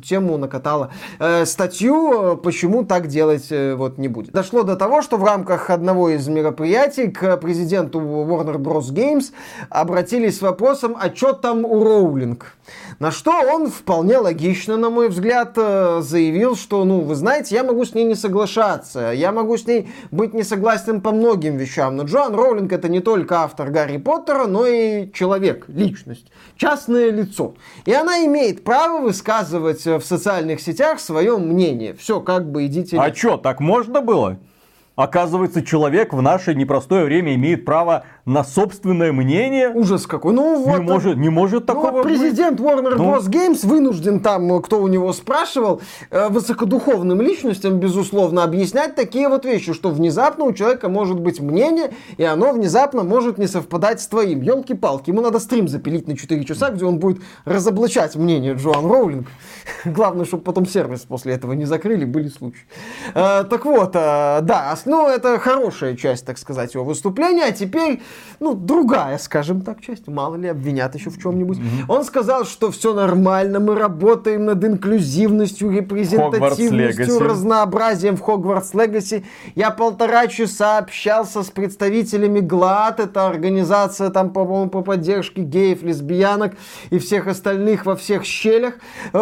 статью, почему так делать вот не будет. Дошло до того, что в рамках одного из мероприятий к президенту Warner Bros. Games обратились с вопросом, а что там у Роулинг? На что он вполне логично, на мой взгляд, заявил, что, вы знаете, я могу с ней не соглашаться, я могу с ней быть не согласен по многим вещам, но Джоан Роулинг это не только автор Гарри Поттера, но и человек, личность, частное лицо. И она имеет право высказывать в социальных сетях свое мнение. Все, как бы идите... А что, так можно было? Оказывается, человек в наше непростое время имеет право на собственное мнение. Ужас какой. Не может такого быть. Президент Warner Bros. Games вынужден там, кто у него спрашивал, высокодуховным личностям, безусловно, объяснять такие вот вещи, что внезапно у человека может быть мнение, и оно внезапно может не совпадать с твоим. Ёлки-палки, ему надо стрим запилить на 4 часа, где он будет разоблачать мнение Джоан Роулинг. Главное, чтобы потом сервис после этого не закрыли, были случаи. Так вот, да, это хорошая часть, так сказать, его выступления, а теперь, другая, скажем так, часть, мало ли, обвинят еще в чем-нибудь. Он сказал, что все нормально, мы работаем над инклюзивностью, репрезентативностью, разнообразием в Hogwarts Legacy. Я 1,5 часа общался с представителями GLAAD, это организация, там, по-моему, по поддержке геев, лесбиянок и всех остальных во всех щелях,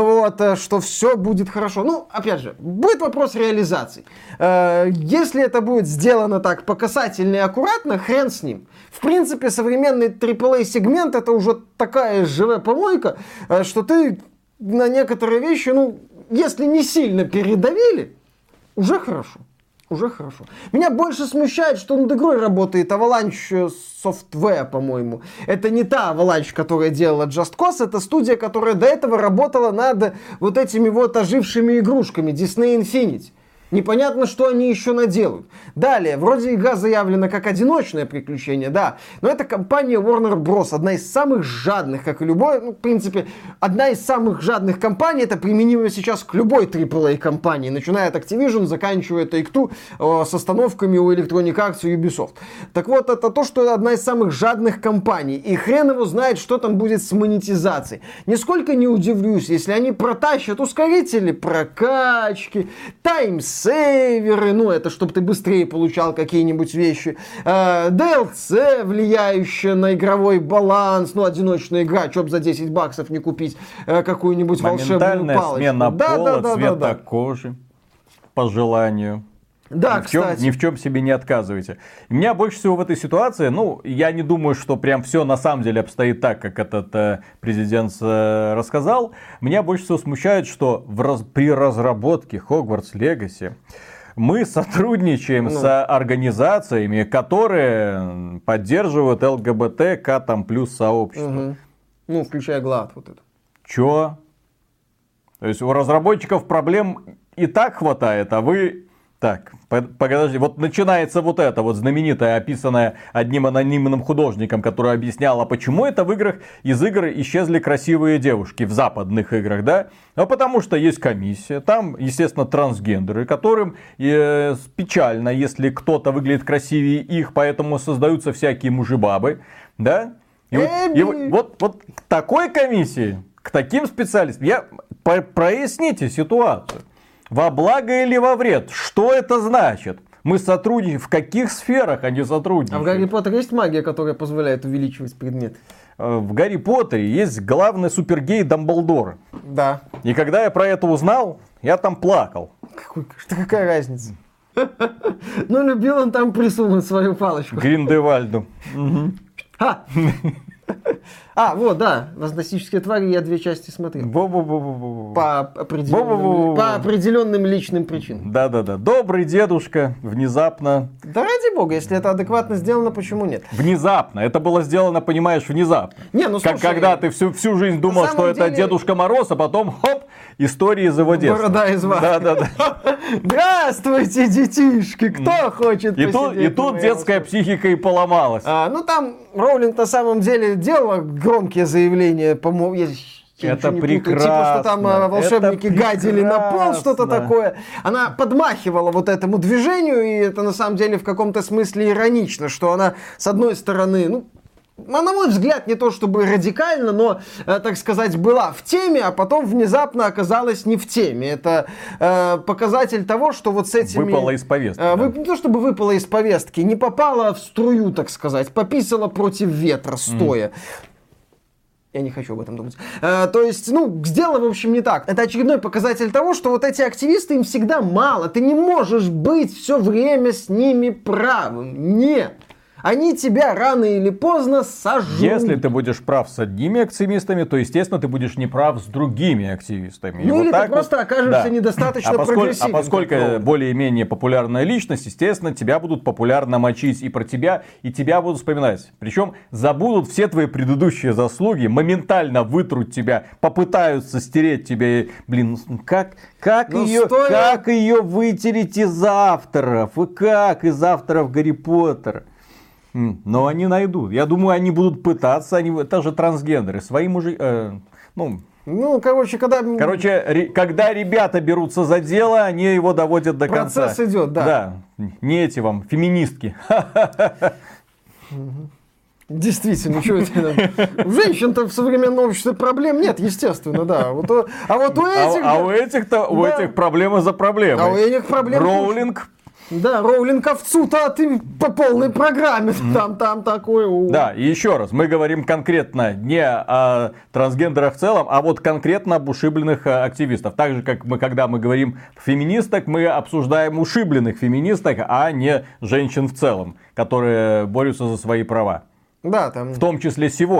что все будет хорошо. Опять же, будет вопрос реализации. Если это будет сделано так по касательно и аккуратно, хрен с ним. В принципе, современный AAA-сегмент это уже такая живая помойка, что ты на некоторые вещи, если не сильно передавили, уже хорошо. Уже хорошо. Меня больше смущает, что над игрой работает Avalanche Software, по-моему. Это не та Avalanche, которая делала Just Cause, это студия, которая до этого работала над вот этими вот ожившими игрушками Disney Infinity. Непонятно, что они еще наделают. Далее, вроде игра заявлена как одиночное приключение, да, но это компания Warner Bros. Одна из самых жадных, как и любой, ну, в принципе, одна из самых жадных компаний, это применимо сейчас к любой AAA компании, начиная от Activision, заканчивая Take-Two, с остановками у Electronic Arts и Ubisoft. Так вот, это то, что это одна из самых жадных компаний, и хрен его знает, что там будет с монетизацией. Нисколько не удивлюсь, если они протащат ускорители прокачки, таймсейверы, ну, это чтобы ты быстрее получал какие-нибудь вещи, DLC, влияющие на игровой баланс, ну, одиночная игра, чтоб за $10 не купить какую-нибудь волшебную палочку. Смена пола, цвета кожи, по желанию. Да, кстати. Ни в чем себе не отказывайте. И меня больше всего в этой ситуации, ну, я не думаю, что прям все на самом деле обстоит так, как этот президент рассказал. Меня больше всего смущает, что при разработке Hogwarts Legacy мы сотрудничаем с организациями, которые поддерживают ЛГБТК там плюс сообщество. Угу. Ну, включая ГЛАД вот это. Чё? То есть у разработчиков проблем и так хватает, а вы... Так, подожди, вот начинается вот это вот знаменитое, описанное одним анонимным художником, который объяснял, а почему это в играх, из игр исчезли красивые девушки, в западных играх, да? А потому что есть комиссия, там, естественно, трансгендеры, которым печально, если кто-то выглядит красивее их, поэтому создаются всякие мужи-бабы, да? И вот к такой комиссии, к таким специалистам, проясните ситуацию. Во благо или во вред? Что это значит? Мы сотрудничаем. В каких сферах они сотрудничают? А в Гарри Поттере есть магия, которая позволяет увеличивать предмет? В Гарри Поттере есть главный супергей Дамблдор. Да. И когда я про это узнал, я там плакал. Какая разница? Ну, любил он там присунуть свою палочку. Гриндевальду. Вот, да, «Фантастические твари» я 2 части смотрел. По определенным личным причинам. Да-да-да. Добрый дедушка, внезапно. Да ради бога, если это адекватно сделано, почему нет? Внезапно. Это было сделано, понимаешь, внезапно. Не, ну слушай, когда ты всю жизнь думал, что это Дедушка Мороз, а потом, хоп, истории из его детства. Борода из вас. Да-да-да. Здравствуйте, детишки, кто хочет посидеть? И тут детская психика и поломалась. Ну там Роулинг на самом деле делала громкие заявления, по-моему, это прекрасно. Типа, что там волшебники гадили на пол, что-то такое. Она подмахивала вот этому движению, и это на самом деле в каком-то смысле иронично, что она, с одной стороны, ну, на мой взгляд, не то чтобы радикально, но, так сказать, была в теме, а потом внезапно оказалась не в теме. Это показатель того, что вот с этими... Выпала из повестки. Не то чтобы выпала из повестки, не попала в струю, так сказать, пописала против ветра стоя. Я не хочу об этом думать. То есть, сделано, в общем, не так. Это очередной показатель того, что вот эти активисты, им всегда мало. Ты не можешь быть все время с ними правым. Нет. Они тебя рано или поздно сожрут. Если ты будешь прав с одними активистами, то, естественно, ты будешь неправ с другими активистами. Ну, или вот ты просто окажешься недостаточно прогрессивным. А поскольку более-менее популярная личность, естественно, тебя будут популярно мочить и про тебя, и тебя будут вспоминать. Причем забудут все твои предыдущие заслуги, моментально вытрут тебя, попытаются стереть тебя. Блин, как ее вытереть из авторов? И как из авторов Гарри Поттера? Но они найдут. Я думаю, они будут пытаться. Это же трансгендеры. Свои мужики... когда ребята берутся за дело, они его доводят до конца. Процесс идет, да. Да. Не эти вам, феминистки. Действительно, что это? У женщин-то в современном обществе проблем нет, естественно, да. А вот у этих... у этих проблемы за проблемой. А у этих проблем... Роулинг... Да, Роулинг овцу-то ты по полной программе. Там такое... Да, и еще раз, мы говорим конкретно не о трансгендерах в целом, а вот конкретно об ушибленных активистов. Так же, как когда мы говорим феминисток, мы обсуждаем ушибленных феминисток, а не женщин в целом, которые борются за свои права. Да, там... В том числе сегодня.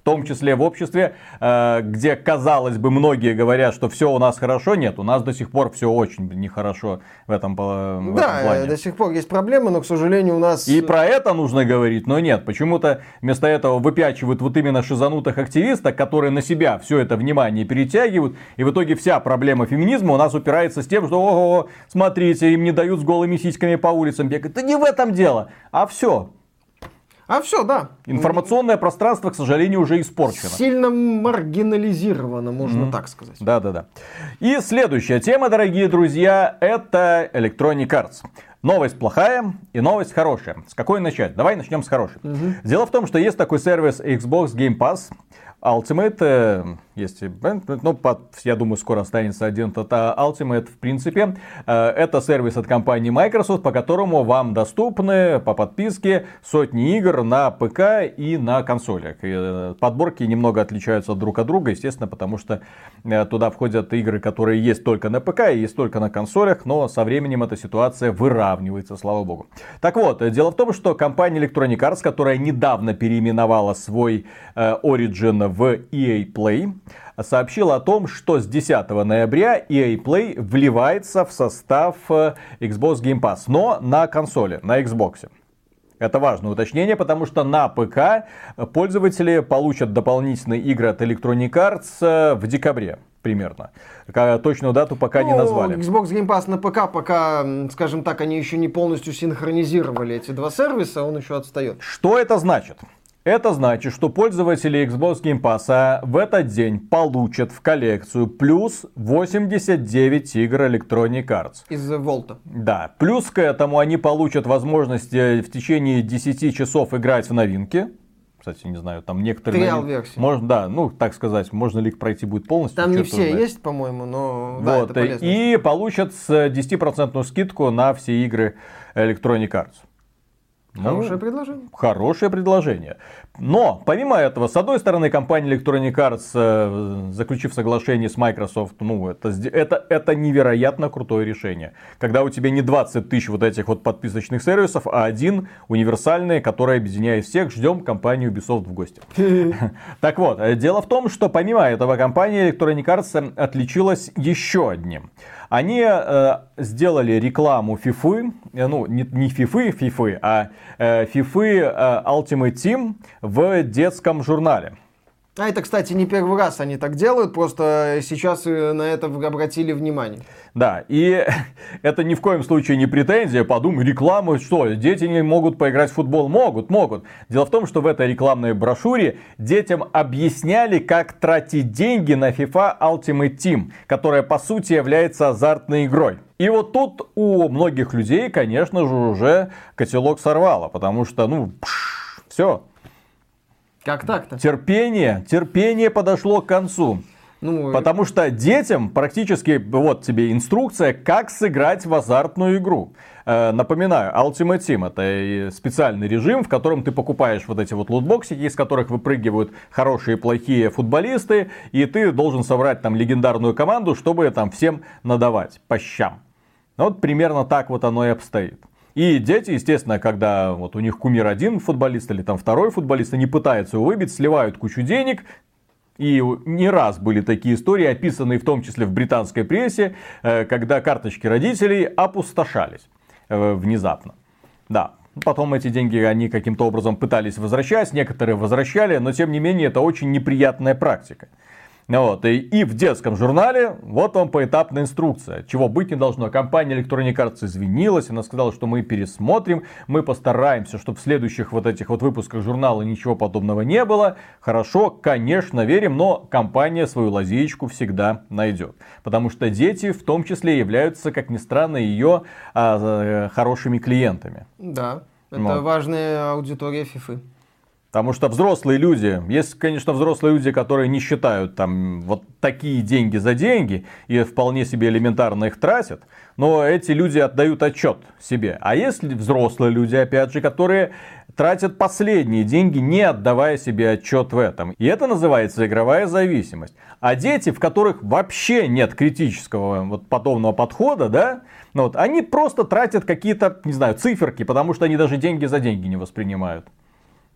том числе в обществе, где, казалось бы, многие говорят, что все у нас хорошо. Нет, у нас до сих пор все очень нехорошо в этом плане. Да, до сих пор есть проблемы, но, к сожалению, у нас... И про это нужно говорить, но нет. Почему-то вместо этого выпячивают вот именно шизанутых активистов, которые на себя все это внимание перетягивают. И в итоге вся проблема феминизма у нас упирается с тем, что, ого, смотрите, им не дают с голыми сиськами по улицам бегать. Да не в этом дело, а все. А все, да. Информационное пространство, к сожалению, уже испорчено. Сильно маргинализировано, можно так сказать. Да. И следующая тема, дорогие друзья, это Electronic Arts. Новость плохая и новость хорошая. С какой начать? Давай начнем с хорошей. Дело в том, что есть такой сервис Xbox Game Pass Ultimate, есть, ну, я думаю, скоро останется один Ultimate, в принципе. Это сервис от компании Microsoft, по которому вам доступны по подписке сотни игр на ПК и на консолях. И подборки немного отличаются друг от друга, естественно, потому что туда входят игры, которые есть только на ПК и есть только на консолях, но со временем эта ситуация выравнивается, слава богу. Так вот, дело в том, что компания Electronic Arts, которая недавно переименовала свой Origin в EA Play, сообщила о том, что с 10 ноября EA Play вливается в состав Xbox Game Pass, но на консоли, на Xbox. Это важное уточнение, потому что на ПК пользователи получат дополнительные игры от Electronic Arts в декабре. Примерно. Точную дату пока не назвали. Xbox Game Pass на ПК, пока, скажем так, они еще не полностью синхронизировали эти два сервиса, он еще отстает. Что это значит? Это значит, что пользователи Xbox Game Pass в этот день получат в коллекцию плюс 89 игр Electronic Arts. Из Волта. Да. Плюс к этому они получат возможность в течение 10 часов играть в новинки. Кстати, не знаю, там некоторые... Триал-версии. Можно, да, ну, так сказать, можно ли их пройти будет полностью. Там не все есть, по-моему, но... Вот, да, это полезно. И получат 10% скидку на все игры Electronic Arts. Хорошее предложение. Хорошее предложение. Но, помимо этого, с одной стороны, компания Electronic Arts, заключив соглашение с Microsoft, ну, это невероятно крутое решение. Когда у тебя не 20 тысяч вот этих вот подписочных сервисов, а один универсальный, который объединяет всех. Ждем компанию Ubisoft в гости. Так вот, дело в том, что помимо этого, компания Electronic Arts отличилась еще одним. Они сделали рекламу FIFA, ну не FIFA, а FIFA Ultimate Team в детском журнале. А это, кстати, не первый раз они так делают, просто сейчас на это обратили внимание. Да, и это ни в коем случае не претензия, подумай, реклама, что, дети не могут поиграть в футбол? Могут. Дело в том, что в этой рекламной брошюре детям объясняли, как тратить деньги на FIFA Ultimate Team, которая по сути является азартной игрой. И вот тут у многих людей, конечно же, уже котелок сорвало, потому что, все. Как так-то? Терпение подошло к концу. Потому что детям практически, вот тебе инструкция, как сыграть в азартную игру. Напоминаю, Ultimate Team — это специальный режим, в котором ты покупаешь вот эти вот лутбоксики, из которых выпрыгивают хорошие и плохие футболисты, и ты должен собрать там легендарную команду, чтобы там всем надавать по щам. Вот примерно так вот оно и обстоит. И дети, естественно, когда вот у них кумир один футболист или там второй футболист, они пытаются его выбить, сливают кучу денег. И не раз были такие истории, описанные в том числе в британской прессе, когда карточки родителей опустошались внезапно. Да. Потом эти деньги они каким-то образом пытались возвращать, некоторые возвращали, но тем не менее это очень неприятная практика. Вот, и в детском журнале вот вам поэтапная инструкция, чего быть не должно. Компания Electronic Arts извинилась, она сказала, что мы пересмотрим, мы постараемся, чтобы в следующих вот этих вот выпусках журнала ничего подобного не было. Хорошо, конечно, верим, но компания свою лазеечку всегда найдет. Потому что дети в том числе являются, как ни странно, ее хорошими клиентами. Да, это важная аудитория FIFA. Потому что взрослые люди, есть, конечно, взрослые люди, которые не считают там вот такие деньги за деньги и вполне себе элементарно их тратят, но эти люди отдают отчет себе. А есть взрослые люди, опять же, которые тратят последние деньги, не отдавая себе отчет в этом. И это называется игровая зависимость. А дети, в которых вообще нет критического вот подобного подхода, да, вот, они просто тратят какие-то, не знаю, циферки, потому что они даже деньги за деньги не воспринимают.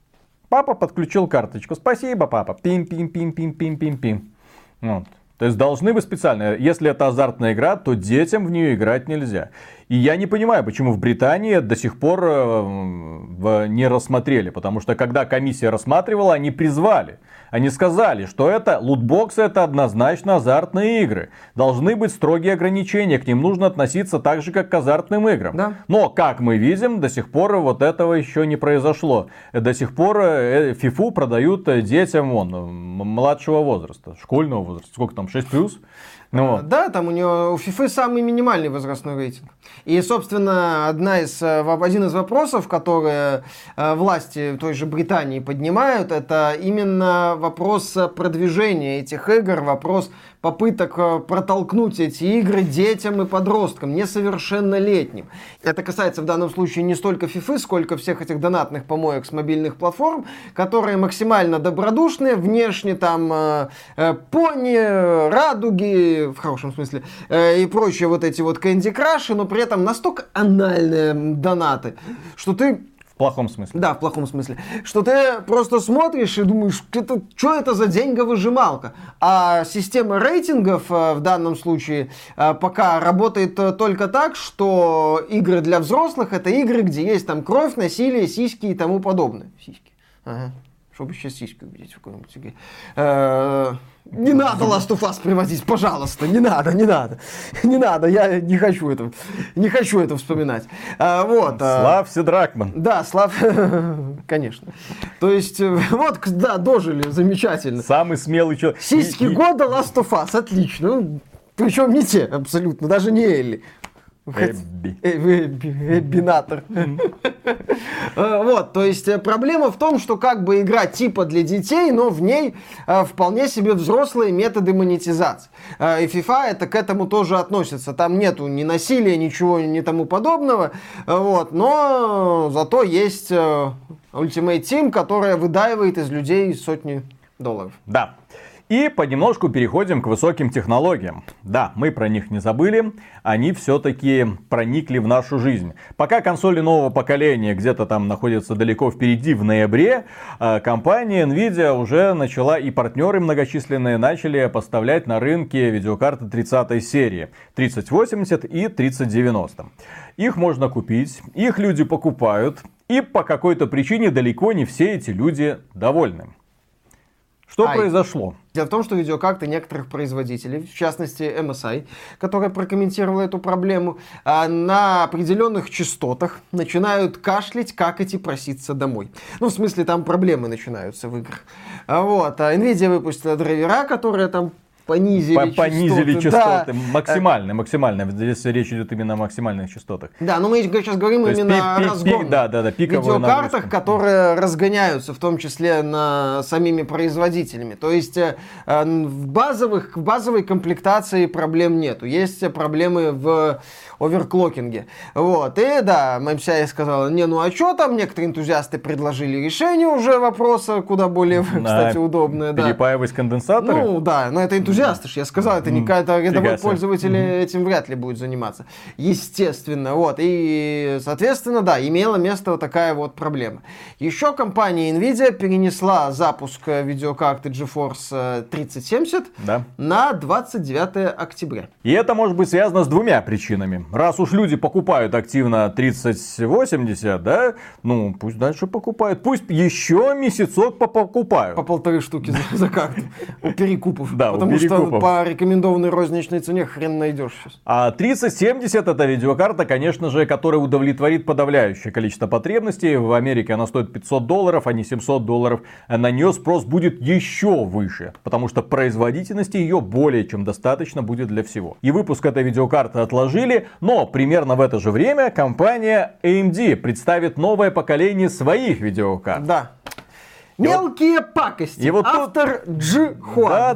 Папа подключил карточку. Спасибо, папа. Пим-пим-пим-пим-пим-пим-пим. Вот. То есть должны быть специально. Если это азартная игра, то детям в нее играть нельзя. И я не понимаю, почему в Британии до сих пор не рассмотрели. Потому что когда комиссия рассматривала, они призвали. Они сказали, что это лутбоксы, это однозначно азартные игры. Должны быть строгие ограничения, к ним нужно относиться так же, как к азартным играм. Да. Но, как мы видим, до сих пор вот этого еще не произошло. До сих пор FIFA продают детям младшего возраста, школьного возраста. Сколько там, 6+? Ну. Да, там у FIFA самый минимальный возрастной рейтинг. И, собственно, один из вопросов, которые власти той же Британии поднимают, это именно вопрос продвижения этих игр, вопрос попыток протолкнуть эти игры детям и подросткам, несовершеннолетним. Это касается в данном случае не столько FIFA, сколько всех этих донатных помоек с мобильных платформ, которые максимально добродушные, внешне там пони, радуги, в хорошем смысле, и прочие вот эти вот Candy Crush, но при этом настолько анальные донаты, что ты... В плохом смысле. Да, в плохом смысле. Что ты просто смотришь и думаешь, что это за деньговыжималка? А система рейтингов в данном случае пока работает только так, что игры для взрослых — это игры, где есть там кровь, насилие, сиськи и тому подобное. Сиськи. Ага. Чтобы еще сиськи увидеть в какой-нибудь игре. Не надо Last of Us приводить, пожалуйста, не надо, я не хочу это вспоминать. Славься, Дракман. Да, конечно. То есть, вот, да, дожили, замечательно. Самый смелый человек. Сиськи года Last of Us, отлично. Причем не те, абсолютно, даже не Элли. Эббинатор. Вот, то есть проблема в том, что как бы игра типа для детей, но в ней вполне себе взрослые методы монетизации. И FIFA это к этому тоже относится. Там нету ни насилия, ничего, ни тому подобного. Вот, но зато есть Ultimate Team, которая выдаивает из людей сотни $. Да. И понемножку переходим к высоким технологиям. Да, мы про них не забыли, они все-таки проникли в нашу жизнь. Пока консоли нового поколения где-то там находятся далеко впереди, в ноябре, компания Nvidia уже начала, и партнеры многочисленные начали поставлять на рынке видеокарты 30-й серии. 3080 и 3090. Их можно купить, их люди покупают, и по какой-то причине далеко не все эти люди довольны. Что произошло? Дело в том, что видеокарты некоторых производителей, в частности MSI, которая прокомментировала эту проблему, на определенных частотах начинают кашлять, какать и проситься домой. Ну, в смысле, там проблемы начинаются в играх. Вот. А Nvidia выпустила драйвера, которые там понизили частоты. Да. Максимально. Здесь речь идет именно о максимальных частотах. Да, но мы сейчас говорим именно о разгонных видеокартах, которые разгоняются, в том числе самими производителями. То есть в базовой комплектации проблем нету. Есть проблемы в оверклокинге. Вот. И да, MSI сказала, а что там? Некоторые энтузиасты предложили решение уже вопроса, куда более, кстати, удобное. Перепаивать конденсаторы? Ну да, но это энтузиасты, я сказал, это не какая-то рядовой пользователь этим вряд ли будет заниматься. Естественно, вот. И, соответственно, да, имела место вот такая вот проблема. Еще компания Nvidia перенесла запуск видеокарты GeForce 3070 на 29 октября. И это может быть связано с двумя причинами. Раз уж люди покупают активно 3080, да, ну пусть дальше покупают. Пусть еще месяцок покупают. По 1,5 штуки за карту. У перекупов. Да, потому что по рекомендованной розничной цене хрен найдешь сейчас. А 3070 это видеокарта, конечно же, которая удовлетворит подавляющее количество потребностей. В Америке она стоит $500, а не $700. На нее спрос будет еще выше, потому что производительности ее более чем достаточно будет для всего. И выпуск этой видеокарты отложили, но примерно в это же время компания AMD представит новое поколение своих видеокарт. Да. Мелкие пакости. И вот автор Джи Хуан.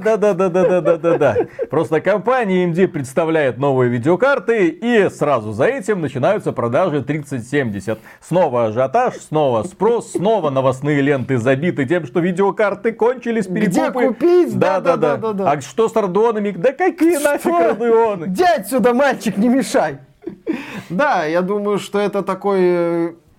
Да. Просто компания AMD представляет новые видеокарты, и сразу за этим начинаются продажи 3070. Снова ажиотаж, снова спрос, снова новостные ленты забиты тем, что видеокарты кончились, перекупы. Где купить? Да. А что с Radeon'ами? Да какие нафиг Radeon'ы? Иди отсюда, мальчик, не мешай. Да, я думаю, что это такой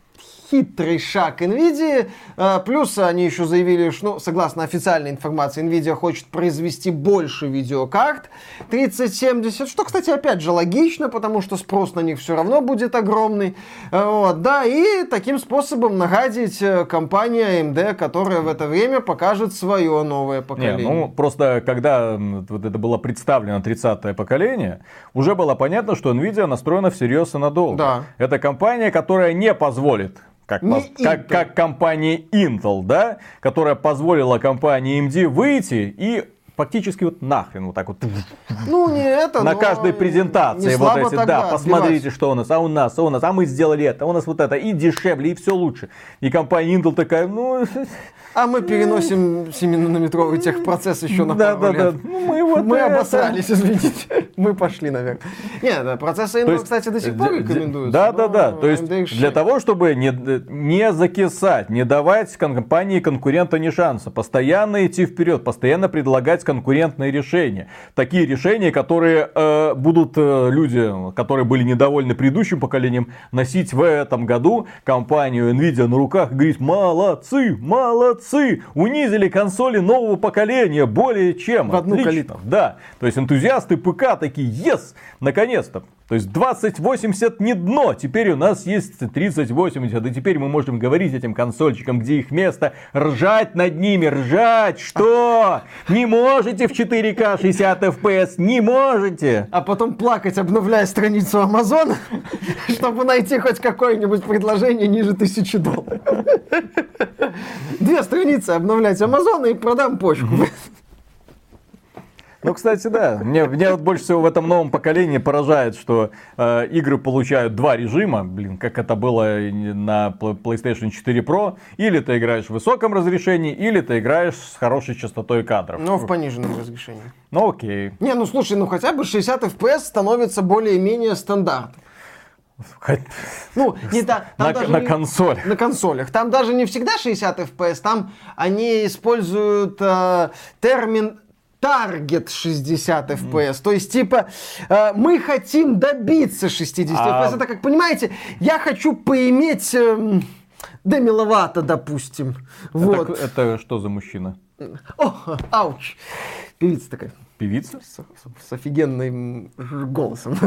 хитрый шаг NVIDIA. Плюс они еще заявили, что, ну, согласно официальной информации, NVIDIA хочет произвести больше видеокарт 3070, что, кстати, опять же логично, потому что спрос на них все равно будет огромный. Вот, да, и таким способом нагадить компания AMD, которая в это время покажет свое новое поколение. Ну, просто когда вот это было представлено 30-е поколение, уже было понятно, что NVIDIA настроена всерьез и надолго. Да. Это компания, которая не позволит, как компания Intel, да, которая позволила компании AMD выйти и фактически вот нахрен вот так вот. Ну, не это, на каждой презентации вот эти, да, посмотрите, отбивать. что у нас, а мы сделали это, а у нас вот это, и дешевле, и все лучше. И компания Intel такая, ну... А мы переносим 7-нанометровый техпроцесс еще на пару лет. Ну, мы обосрались, извините. Мы пошли наверх. Нет, процессы Intel, кстати, до сих пор рекомендуются. Да. То есть для того, чтобы не закисать, не давать компании конкурента ни шанса, постоянно идти вперед, постоянно предлагать конкурентные решения. Такие решения, которые будут люди, которые были недовольны предыдущим поколением, носить в этом году компанию Nvidia на руках и говорить: молодцы, унизили консоли нового поколения более чем. В одну калитку. Да, то есть энтузиасты ПК такие: yes, наконец-то. То есть 2080 не дно, теперь у нас есть 3080, и теперь мы можем говорить этим консольчикам, где их место, ржать над ними, ржать, что? Не можете в 4К 60 FPS, не можете. А потом плакать, обновляя страницу Амазона, чтобы найти хоть какое-нибудь предложение ниже $1000. 2 страницы обновлять Амазона и продам почку. Ну, кстати, да. Мне вот больше всего в этом новом поколении поражает, что игры получают 2 режима, как это было на PlayStation 4 Pro. Или ты играешь в высоком разрешении, или ты играешь с хорошей частотой кадров. Но в пониженном разрешении. Ну, окей. Не, ну слушай, ну хотя бы 60 FPS становится более-менее стандартом. Ну, не там на консолях. На консолях. Там даже не всегда 60 FPS, там они используют термин Target 60 FPS. То есть, типа, мы хотим добиться 60 FPS. Это, как понимаете, я хочу поиметь Деми Ловато, допустим. Вот. Это что за мужчина? О, ауч. Певица такая. Певица? С офигенным голосом.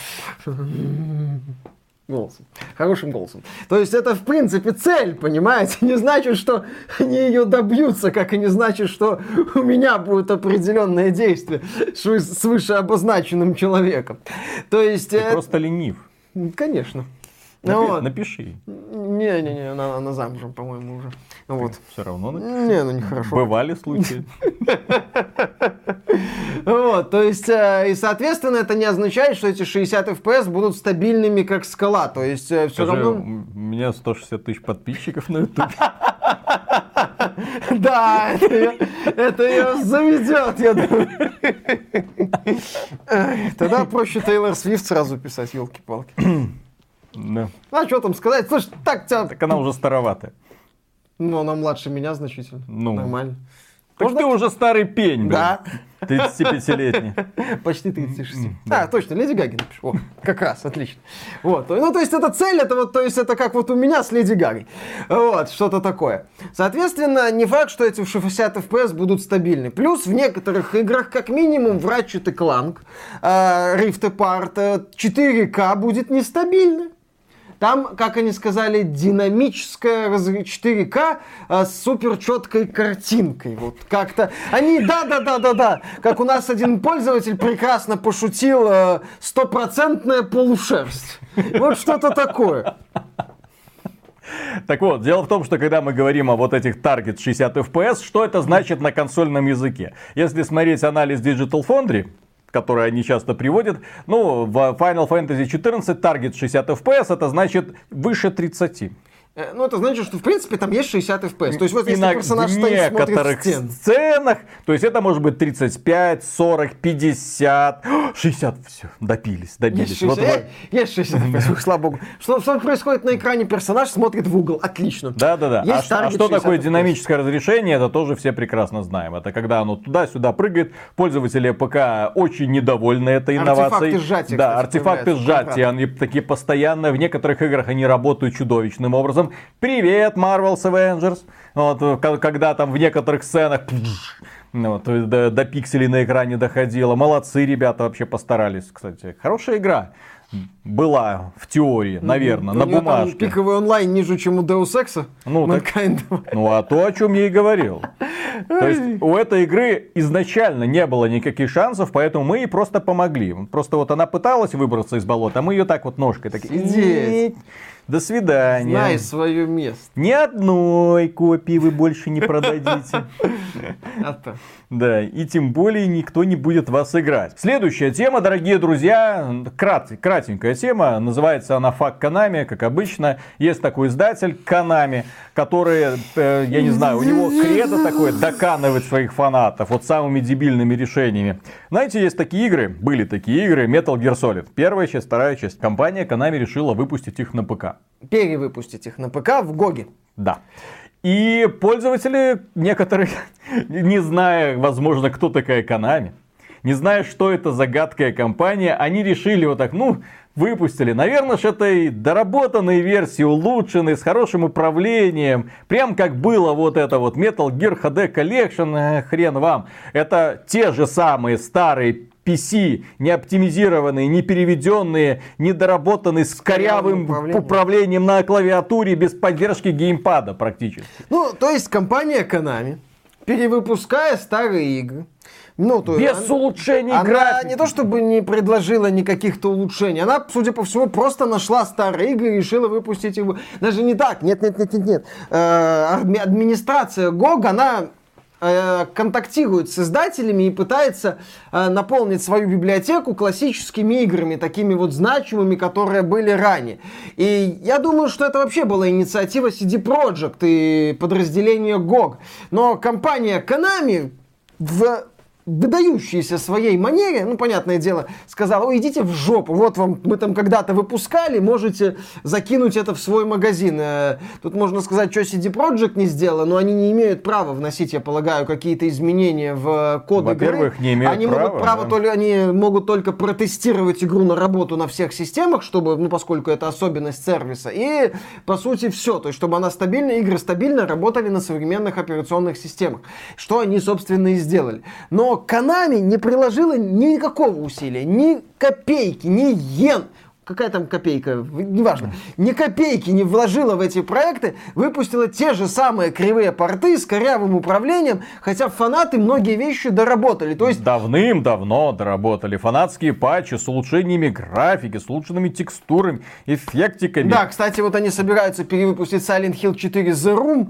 Хорошим голосом. То есть это, в принципе, цель, понимаете? Не значит, что они ее добьются, как и не значит, что у меня будет определенное действие с вышеобозначенным человеком. То есть... Ты просто ленив. Конечно. Напиши. Не, она замужем, по-моему, уже. Вот. Все равно напиши. Не, ну нехорошо. Бывали случаи. Вот, то есть, и, соответственно, это не означает, что эти 60 FPS будут стабильными, как скала. То есть, все равно... У меня 160 тысяч подписчиков на YouTube. Да, это ее заведет, я думаю. Тогда проще Тейлор Свифт сразу писать, елки-палки. Да. А что там сказать? Слушай, так она уже староватая. Ну, она младше меня значительно. Нормально. Так ты уже старый пень, да. 35-летний. Почти 36. Да. Точно, Леди Гаги напишу. О, как раз, отлично. Вот. Ну, то есть, это цель, это вот, то есть, это как вот у меня с Леди Гагой. Вот, что-то такое. Соответственно, не факт, что эти 60 FPS будут стабильны. Плюс в некоторых играх, как минимум, в Ratchet & Clank, Rift Apart, 4К будет нестабильно. Там, как они сказали, динамическая 4К с супер четкой картинкой. Вот как-то они, да. Как у нас один пользователь прекрасно пошутил, 100% полушерсть. Вот что-то такое. Так вот, дело в том, что когда мы говорим о вот этих Target 60 FPS, что это значит на консольном языке? Если смотреть анализ Digital Foundry, которые они часто приводят. Ну, в Final Fantasy 14 таргет 60 FPS, это значит выше 30. Ну, это значит, что, в принципе, там есть 60 FPS. То есть, вот если персонаж стоит, смотрит в некоторых сценах, то есть, это может быть 35, 40, 50, 60, все, добились. Есть 60, есть 60 FPS, слава богу. Что происходит на экране? Персонаж смотрит в угол. Отлично. Да. А что такое динамическое разрешение, это тоже все прекрасно знаем. Это когда оно туда-сюда прыгает. Пользователи ПК очень недовольны этой инновацией. Артефакты сжатия. Да, артефакты сжатия, они такие постоянные. В некоторых играх они работают чудовищным образом. Союзом. Привет, Marvel's Avengers. Вот, когда там в некоторых сценах вот, до пикселей на экране доходило. Молодцы, ребята, вообще постарались, кстати. Хорошая игра была в теории, наверное, на бумажке. Там пиковый онлайн ниже, чем у Deus Ex. А то, о чем я и говорил. То есть у этой игры изначально не было никаких шансов, поэтому мы ей просто помогли. Просто вот она пыталась выбраться из болота, а мы ее так вот ножкой так... Сидеть. До свидания. Знай свое место. Ни одной копии вы больше не продадите. Да, и тем более никто не будет вас играть. Следующая тема, дорогие друзья, кратенькая тема, называется она Fuck Konami, как обычно. Есть такой издатель Konami, который, я не знаю, у него кредо такое, доканывать своих фанатов вот самыми дебильными решениями. Знаете, есть такие игры, были такие игры, Metal Gear Solid. Первая часть, вторая часть. Компания Konami решила выпустить их на ПК. Перевыпустить их на ПК в Гоге. Да. И пользователи некоторые, не зная, возможно, кто такая Konami, не зная, что это за гадкая компания, они решили вот так, выпустили. Наверное, ж этой доработанной версии, улучшенной, с хорошим управлением. Прям как было вот это вот Metal Gear HD Collection, хрен вам. Это те же самые старые PC, не оптимизированные, не переведенные, не доработанные, с корявым управлением на клавиатуре, без поддержки геймпада практически. То есть компания Konami, перевыпуская старые игры, без улучшений она графики. Не то чтобы не предложила никаких-то улучшений, она, судя по всему, просто нашла старые игры и решила выпустить их. Даже не так, нет. Администрация GOG, она контактирует с издателями и пытается наполнить свою библиотеку классическими играми, такими вот значимыми, которые были ранее. И я думаю, что это вообще была инициатива CD Projekt и подразделения GOG. Но компания Konami в выдающейся своей манере, понятное дело, сказала: идите в жопу, вот вам, мы там когда-то выпускали, можете закинуть это в свой магазин. Тут можно сказать, что CD Projekt не сделала, но они не имеют права вносить, я полагаю, какие-то изменения в код игры. Во-первых, не имеют они права. Они могут только протестировать игру на работу на всех системах, чтобы, поскольку это особенность сервиса, и, по сути, все. То есть, чтобы игры стабильно работали на современных операционных системах. Что они, собственно, и сделали. Но Konami не приложила никакого усилия, ни копейки, ни йен. Какая там копейка? Неважно. Ни копейки не вложила в эти проекты, выпустила те же самые кривые порты с корявым управлением, хотя фанаты многие вещи доработали. То есть... Давным-давно доработали. Фанатские патчи с улучшениями графики, с улучшенными текстурами, эффектиками. Да, кстати, вот они собираются перевыпустить Silent Hill 4 The Room.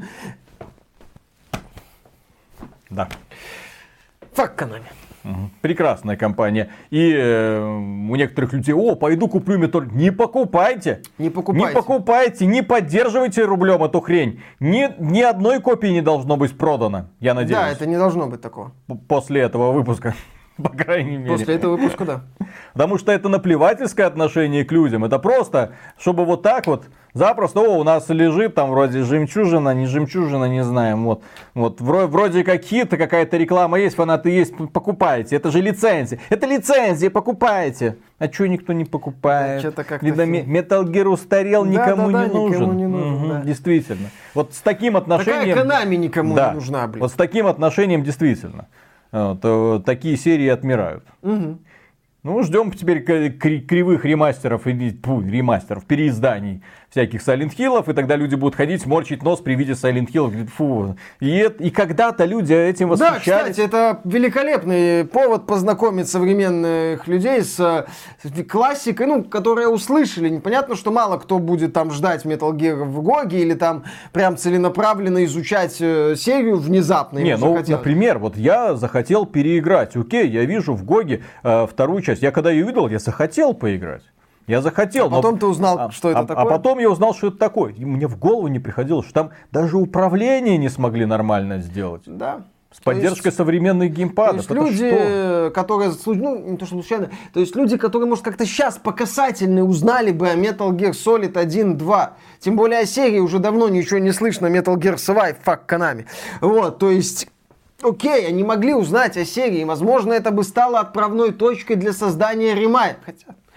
Да. Fuck Konami. Прекрасная компания. И у некоторых людей: пойду куплю Metal. Не покупайте. Не покупайте, не поддерживайте рублем эту хрень. Ни одной копии не должно быть продано, я надеюсь. Да, это не должно быть такого. После этого выпуска. По крайней мере. После этого выпуска, да. Потому что это наплевательское отношение к людям. Это просто, чтобы вот так вот запросто, у нас лежит там вроде жемчужина, не жемчужина, не знаем. Вот вроде как хит, какая-то реклама есть, фанаты есть, покупайте. Это же лицензия. Это лицензия, покупайте. А чё никто не покупает? Metal Gear устарел, никому не нужен. Никому не нужен, да. Действительно. Вот с таким отношением... Такая Konami никому не нужна, блин. Вот с таким отношением действительно. Такие серии отмирают. Ждем теперь кривых ремастеров, переизданий всяких Silent Hill'ов, и тогда люди будут ходить, морщить нос при виде Silent Hill. Фу. И когда-то люди этим восхищались. Да, кстати, это великолепный повод познакомить современных людей с классикой, которые услышали. Понятно, что мало кто будет там ждать Metal Gear в Гоге или там прям целенаправленно изучать серию внезапно. Например, вот я захотел переиграть. Окей, я вижу в Гоге вторую часть. Я когда ее увидел, я захотел поиграть. Я захотел. Потом ты узнал, что это такое? А потом я узнал, что это такое. И мне в голову не приходило, что там даже управление не смогли нормально сделать. Да. С поддержкой современных геймпадов. То есть люди, которые, не то что случайно, то есть люди, которые, может, как-то сейчас по касательной узнали бы о Metal Gear Solid 1.2. Тем более о серии уже давно ничего не слышно. Metal Gear Survive, fuck Konami. То есть... Окей, они могли узнать о серии, возможно, это бы стало отправной точкой для создания ремайка. Хотя,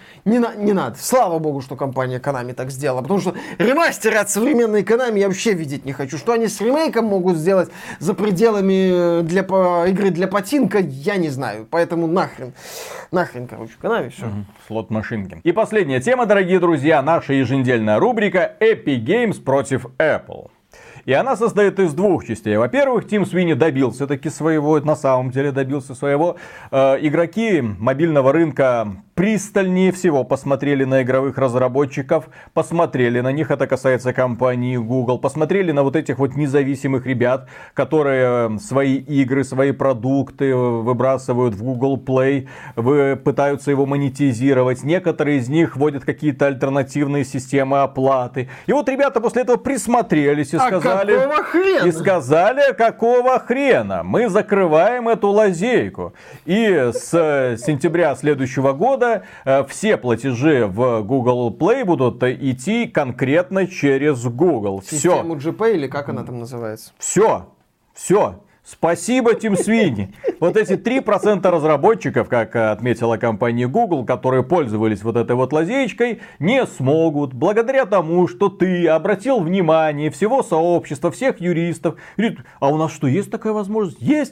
Не надо. Слава богу, что компания Konami так сделала. Потому что ремастеры от современной Konami я вообще видеть не хочу. Что они с ремейком могут сделать за пределами игры для патинка, я не знаю. Поэтому нахрен, короче, Konami, все. Слот-машинки. И последняя тема, дорогие друзья, наша еженедельная рубрика Epic Games против Apple. И она состоит из двух частей. Во-первых, Тим Свини добился таки своего, на самом деле добился своего. Игроки мобильного рынка пристальнее всего посмотрели на игровых разработчиков, посмотрели на них, это касается компании Google, посмотрели на вот этих вот независимых ребят, которые свои игры, свои продукты выбрасывают в Google Play, пытаются его монетизировать. Некоторые из них вводят какие-то альтернативные системы оплаты. И вот ребята после этого присмотрелись и сказали, какого хрена? Мы закрываем эту лазейку. И с сентября следующего года все платежи в Google Play будут идти конкретно через Google. Систему GPay или как она там называется? Все. Спасибо, Тим Свини. Вот эти 3% разработчиков, как отметила компания Google, которые пользовались вот этой вот лазеечкой, не смогут, благодаря тому, что ты обратил внимание всего сообщества, всех юристов. А у нас что, есть такая возможность? Есть!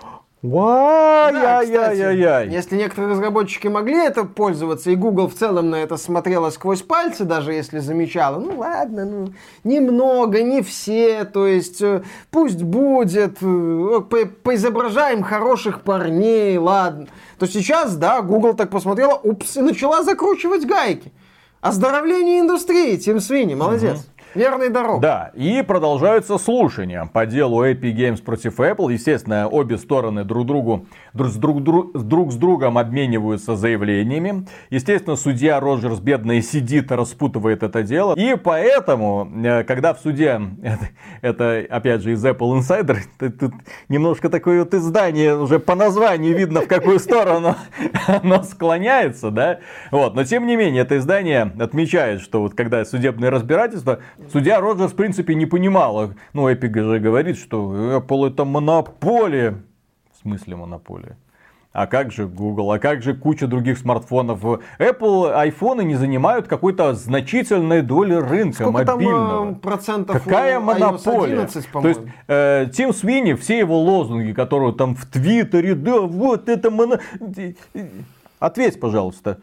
Если некоторые разработчики могли это пользоваться, и Google в целом на это смотрела сквозь пальцы, даже если замечала, ну ладно, немного, не все, то есть пусть будет, поизображаем хороших парней, ладно. То сейчас, да, Google так посмотрела, упс, и начала закручивать гайки. Оздоровление индустрии, Тим Свини, молодец. Верной дорогой. Да, и продолжаются слушания по делу Epic Games против Apple. Естественно, обе стороны друг с другом обмениваются заявлениями. Естественно, судья Роджерс бедный сидит и распутывает это дело. И поэтому, когда в суде, это опять же из Apple Insider, тут немножко такое вот издание, уже по названию видно, в какую сторону оно склоняется, да. Вот, но тем не менее, это издание отмечает, что вот когда судебное разбирательство, судья Роджерс, в принципе, не понимала. Ну, Epic же говорит, что Apple это монополия. В смысле монополия? А как же Google? А как же куча других смартфонов? Apple айфоны не занимают какой-то значительной доли рынка. Сколько мобильного. Там, процентов какая монополия? 11, по-моему. То есть, Тим Свини, все его лозунги, которые там в Твиттере, да, вот это Ответь, пожалуйста.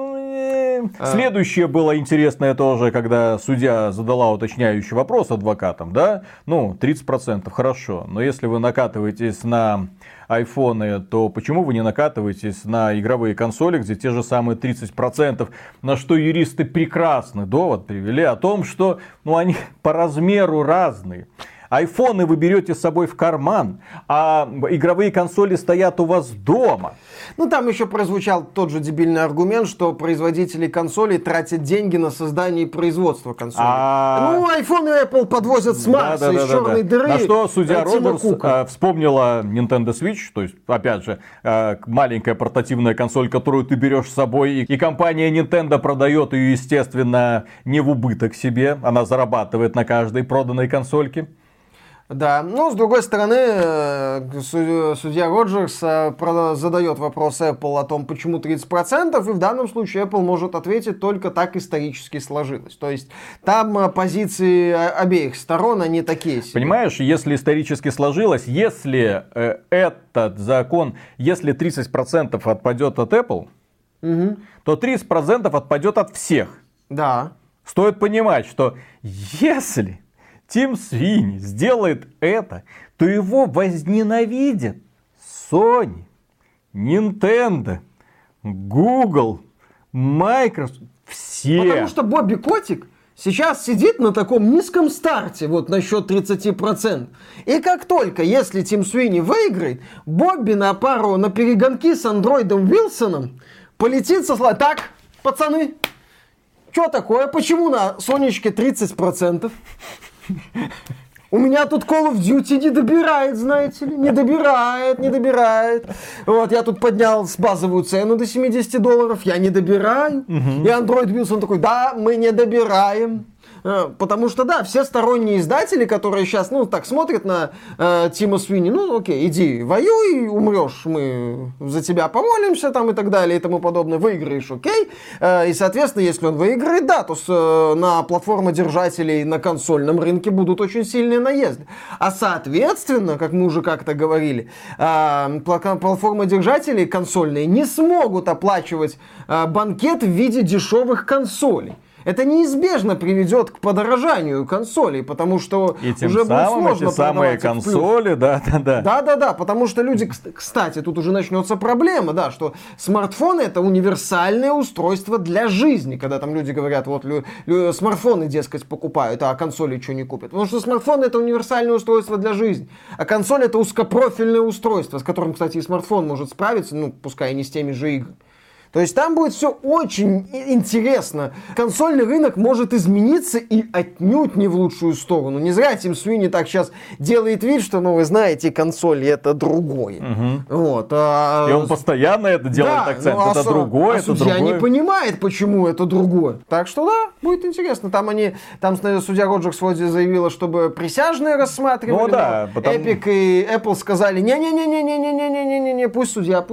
Следующее было интересное тоже, когда судья задала уточняющий вопрос адвокатам, да, 30% хорошо, но если вы накатываетесь на айфоны, то почему вы не накатываетесь на игровые консоли, где те же самые 30%, на что юристы прекрасный довод привели о том, что они по размеру разные. Айфоны вы берете с собой в карман, а игровые консоли стоят у вас дома. Там еще прозвучал тот же дебильный аргумент, что производители консолей тратят деньги на создание и производство консолей. iPhone и Apple подвозят с Марса из черной дыры. На что судья Роджерс вспомнила Nintendo Switch, то есть, опять же, маленькая портативная консоль, которую ты берешь с собой, и компания Nintendo продает ее, естественно, не в убыток себе, она зарабатывает на каждой проданной консольке. Да, с другой стороны, судья Роджерс задает вопрос Apple о том, почему 30%, и в данном случае Apple может ответить только так исторически сложилось. То есть там позиции обеих сторон, они такие себе. Понимаешь, если исторически сложилось, если этот закон, если 30% отпадет от Apple, то 30% отпадет от всех. Да. Стоит понимать, что если Тим Свини сделает это, то его возненавидят Sony, Nintendo, Google, Microsoft, все. Потому что Бобби Котик сейчас сидит на таком низком старте, вот насчет 30%. И как только, если Тим Свини выиграет, Бобби на перегонки с андроидом Вилсоном полетит со слова: так, пацаны, что такое? Почему на Сонечке 30%? У меня тут Call of Duty не добирает, знаете ли. Не добирает. Вот, я тут поднял базовую цену до $70, я не добираю. И Android Wilson такой: да, мы не добираем. Потому что, да, все сторонние издатели, которые сейчас, так смотрят на Тима Суини, окей, иди, воюй, умрешь, мы за тебя помолимся, там, и так далее, и тому подобное, выиграешь, окей. И, соответственно, если он выиграет, да, то на платформодержателей на консольном рынке будут очень сильные наезды. А, соответственно, как мы уже как-то говорили, платформодержатели консольные не смогут оплачивать банкет в виде дешевых консолей. Это неизбежно приведет к подорожанию консолей, потому что и тем уже будет сложно эти самые консоли, да. Да, потому что люди, кстати, тут уже начнется проблема, да, что смартфоны это универсальное устройство для жизни, когда там люди говорят, вот смартфоны, дескать, покупают, а консоли что не купят. Потому что смартфон это универсальное устройство для жизни, а консоль это узкопрофильное устройство, с которым, кстати, и смартфон может справиться, пускай и не с теми же играми. То есть там будет все очень интересно. Консольный рынок может измениться и отнюдь не в лучшую сторону. Не зря Тим Суини так сейчас делает вид, что, вы знаете, консоли это другое. Вот, и он постоянно это делает акцент. Это другое, это судья другое. не понимает, почему это другое. Так что да, будет интересно. Там судья Роджерс вроде заявила, чтобы присяжные рассматривали. Epic и Apple сказали, не-не-не-не-не-не-не-не-не, пусть судья.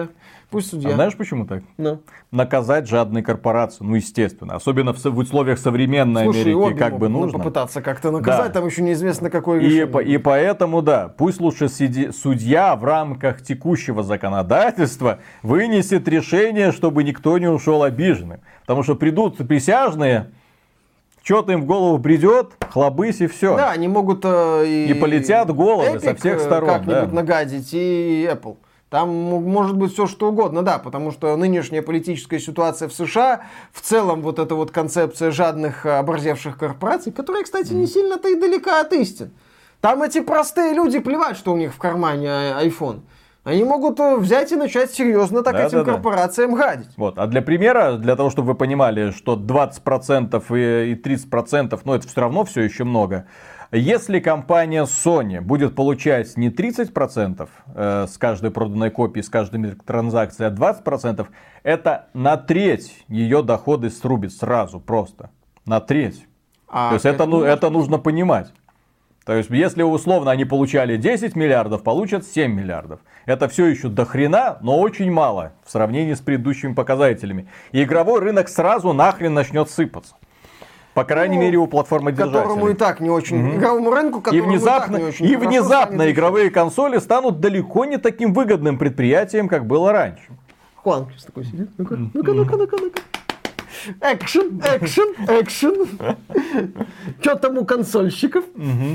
А знаешь, почему так? Наказать жадные корпорации, естественно. Особенно в условиях современной Америки, как бы нужно. Попытаться как-то наказать, там еще неизвестно, какое решение. И поэтому, пусть лучше судья в рамках текущего законодательства вынесет решение, чтобы никто не ушел обиженным. Потому что придут присяжные, что-то им в голову придет, хлобысь и все. Да, они могут и полетят головы со всех сторон. Как-нибудь нагадить, и Apple. Там может быть все что угодно, да, потому что нынешняя политическая ситуация в США, в целом вот эта вот концепция жадных, оборзевших корпораций, которая, кстати, не сильно-то и далека от истин. Там эти простые люди плевать, что у них в кармане iPhone. Они могут взять и начать серьезно этим корпорациям гадить. Вот. А для примера, для того, чтобы вы понимали, что 20% и 30%, это все равно все еще много. Если компания Sony будет получать не 30% с каждой проданной копии, с каждой транзакции, а 20%, это на треть ее доходы срубит сразу просто. На треть. То есть это нужно понимать. То есть, если условно они получали 10 миллиардов, получат 7 миллиардов. Это все еще до хрена, но очень мало в сравнении с предыдущими показателями. И игровой рынок сразу нахрен начнет сыпаться. По крайней мере, у платформодержателей. Которому и так не очень. Игровому рынку, которому и внезапно игровые консоли станут далеко не таким выгодным предприятием, как было раньше. Хуан такой сидит. Ну-ка. Экшен. Что там у консольщиков?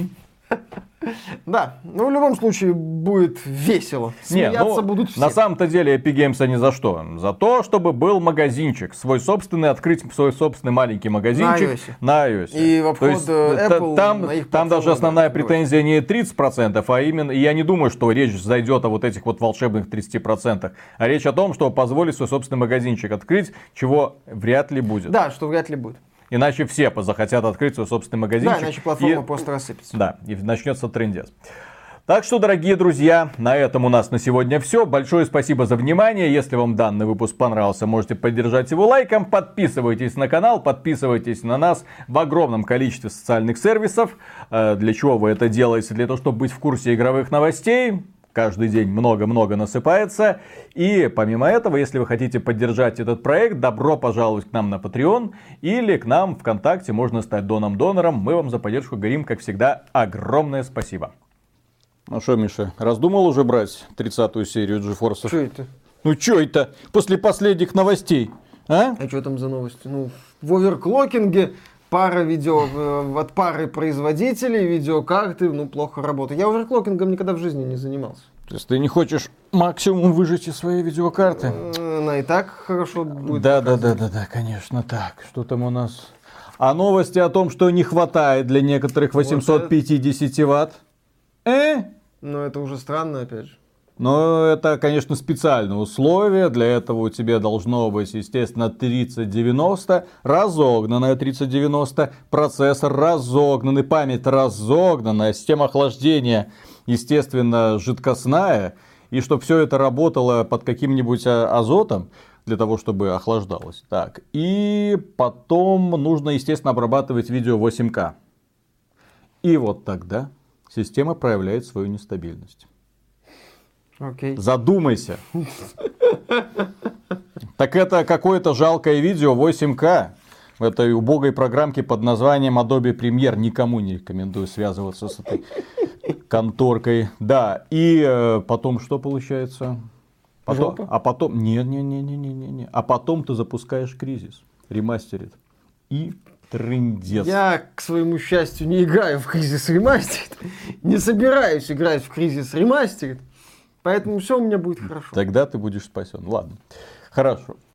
Да, в любом случае будет весело. Смеяться будут все. На самом-то деле Epic Games они за что? За то, чтобы был магазинчик, открыть свой собственный маленький магазинчик на iOS. И в обход Apple там даже основная претензия не 30%, а именно, я не думаю, что речь зайдет о вот этих вот волшебных 30%, а речь о том, что позволить свой собственный магазинчик открыть, чего вряд ли будет. Да, что вряд ли будет. Иначе все захотят открыть свой собственный магазинчик. Да, иначе платформа просто рассыпется. Да, и начнется трындец. Так что, дорогие друзья, на этом у нас на сегодня все. Большое спасибо за внимание. Если вам данный выпуск понравился, можете поддержать его лайком. Подписывайтесь на канал, подписывайтесь на нас в огромном количестве социальных сервисов. Для чего вы это делаете? Для того, чтобы быть в курсе игровых новостей. Каждый день много-много насыпается. И помимо этого, если вы хотите поддержать этот проект, добро пожаловать к нам на Patreon или к нам ВКонтакте. Можно стать донором. Мы вам за поддержку говорим, как всегда, огромное спасибо. Ну что, Миша, раздумал уже брать 30-ю серию GeForce? Что это? Что это? После последних новостей. А что там за новости? В оверклокинге пара от пары производителей видеокарты, плохо работают. Я оверклокингом никогда в жизни не занимался. То есть ты не хочешь максимум выжать из своей видеокарты? Она и так хорошо будет. Да, конечно. Так, что там у нас? А новости о том, что не хватает для некоторых 850 ватт? Это уже странно, опять же. Но это, конечно, специальное условие. Для этого у тебя должно быть, естественно, 3090, разогнанная 3090, процессор разогнанный, память разогнанная, система охлаждения, естественно, жидкостная. И чтобы все это работало под каким-нибудь азотом, для того, чтобы охлаждалось. Так, и потом нужно, естественно, обрабатывать видео 8К. И вот тогда система проявляет свою нестабильность. Окей. Задумайся. Так это какое-то жалкое видео 8К в этой убогой программке под названием Adobe Premiere. Никому не рекомендую связываться с этой конторкой. Да, и потом что получается? Жопа? А потом... Не. А потом ты запускаешь кризис. Ремастерит. И трындец. Я, к своему счастью, не играю в Кризис Ремастерит. Не собираюсь играть в Кризис Ремастерит. Поэтому все у меня будет хорошо. Тогда ты будешь спасен. Ладно. Хорошо.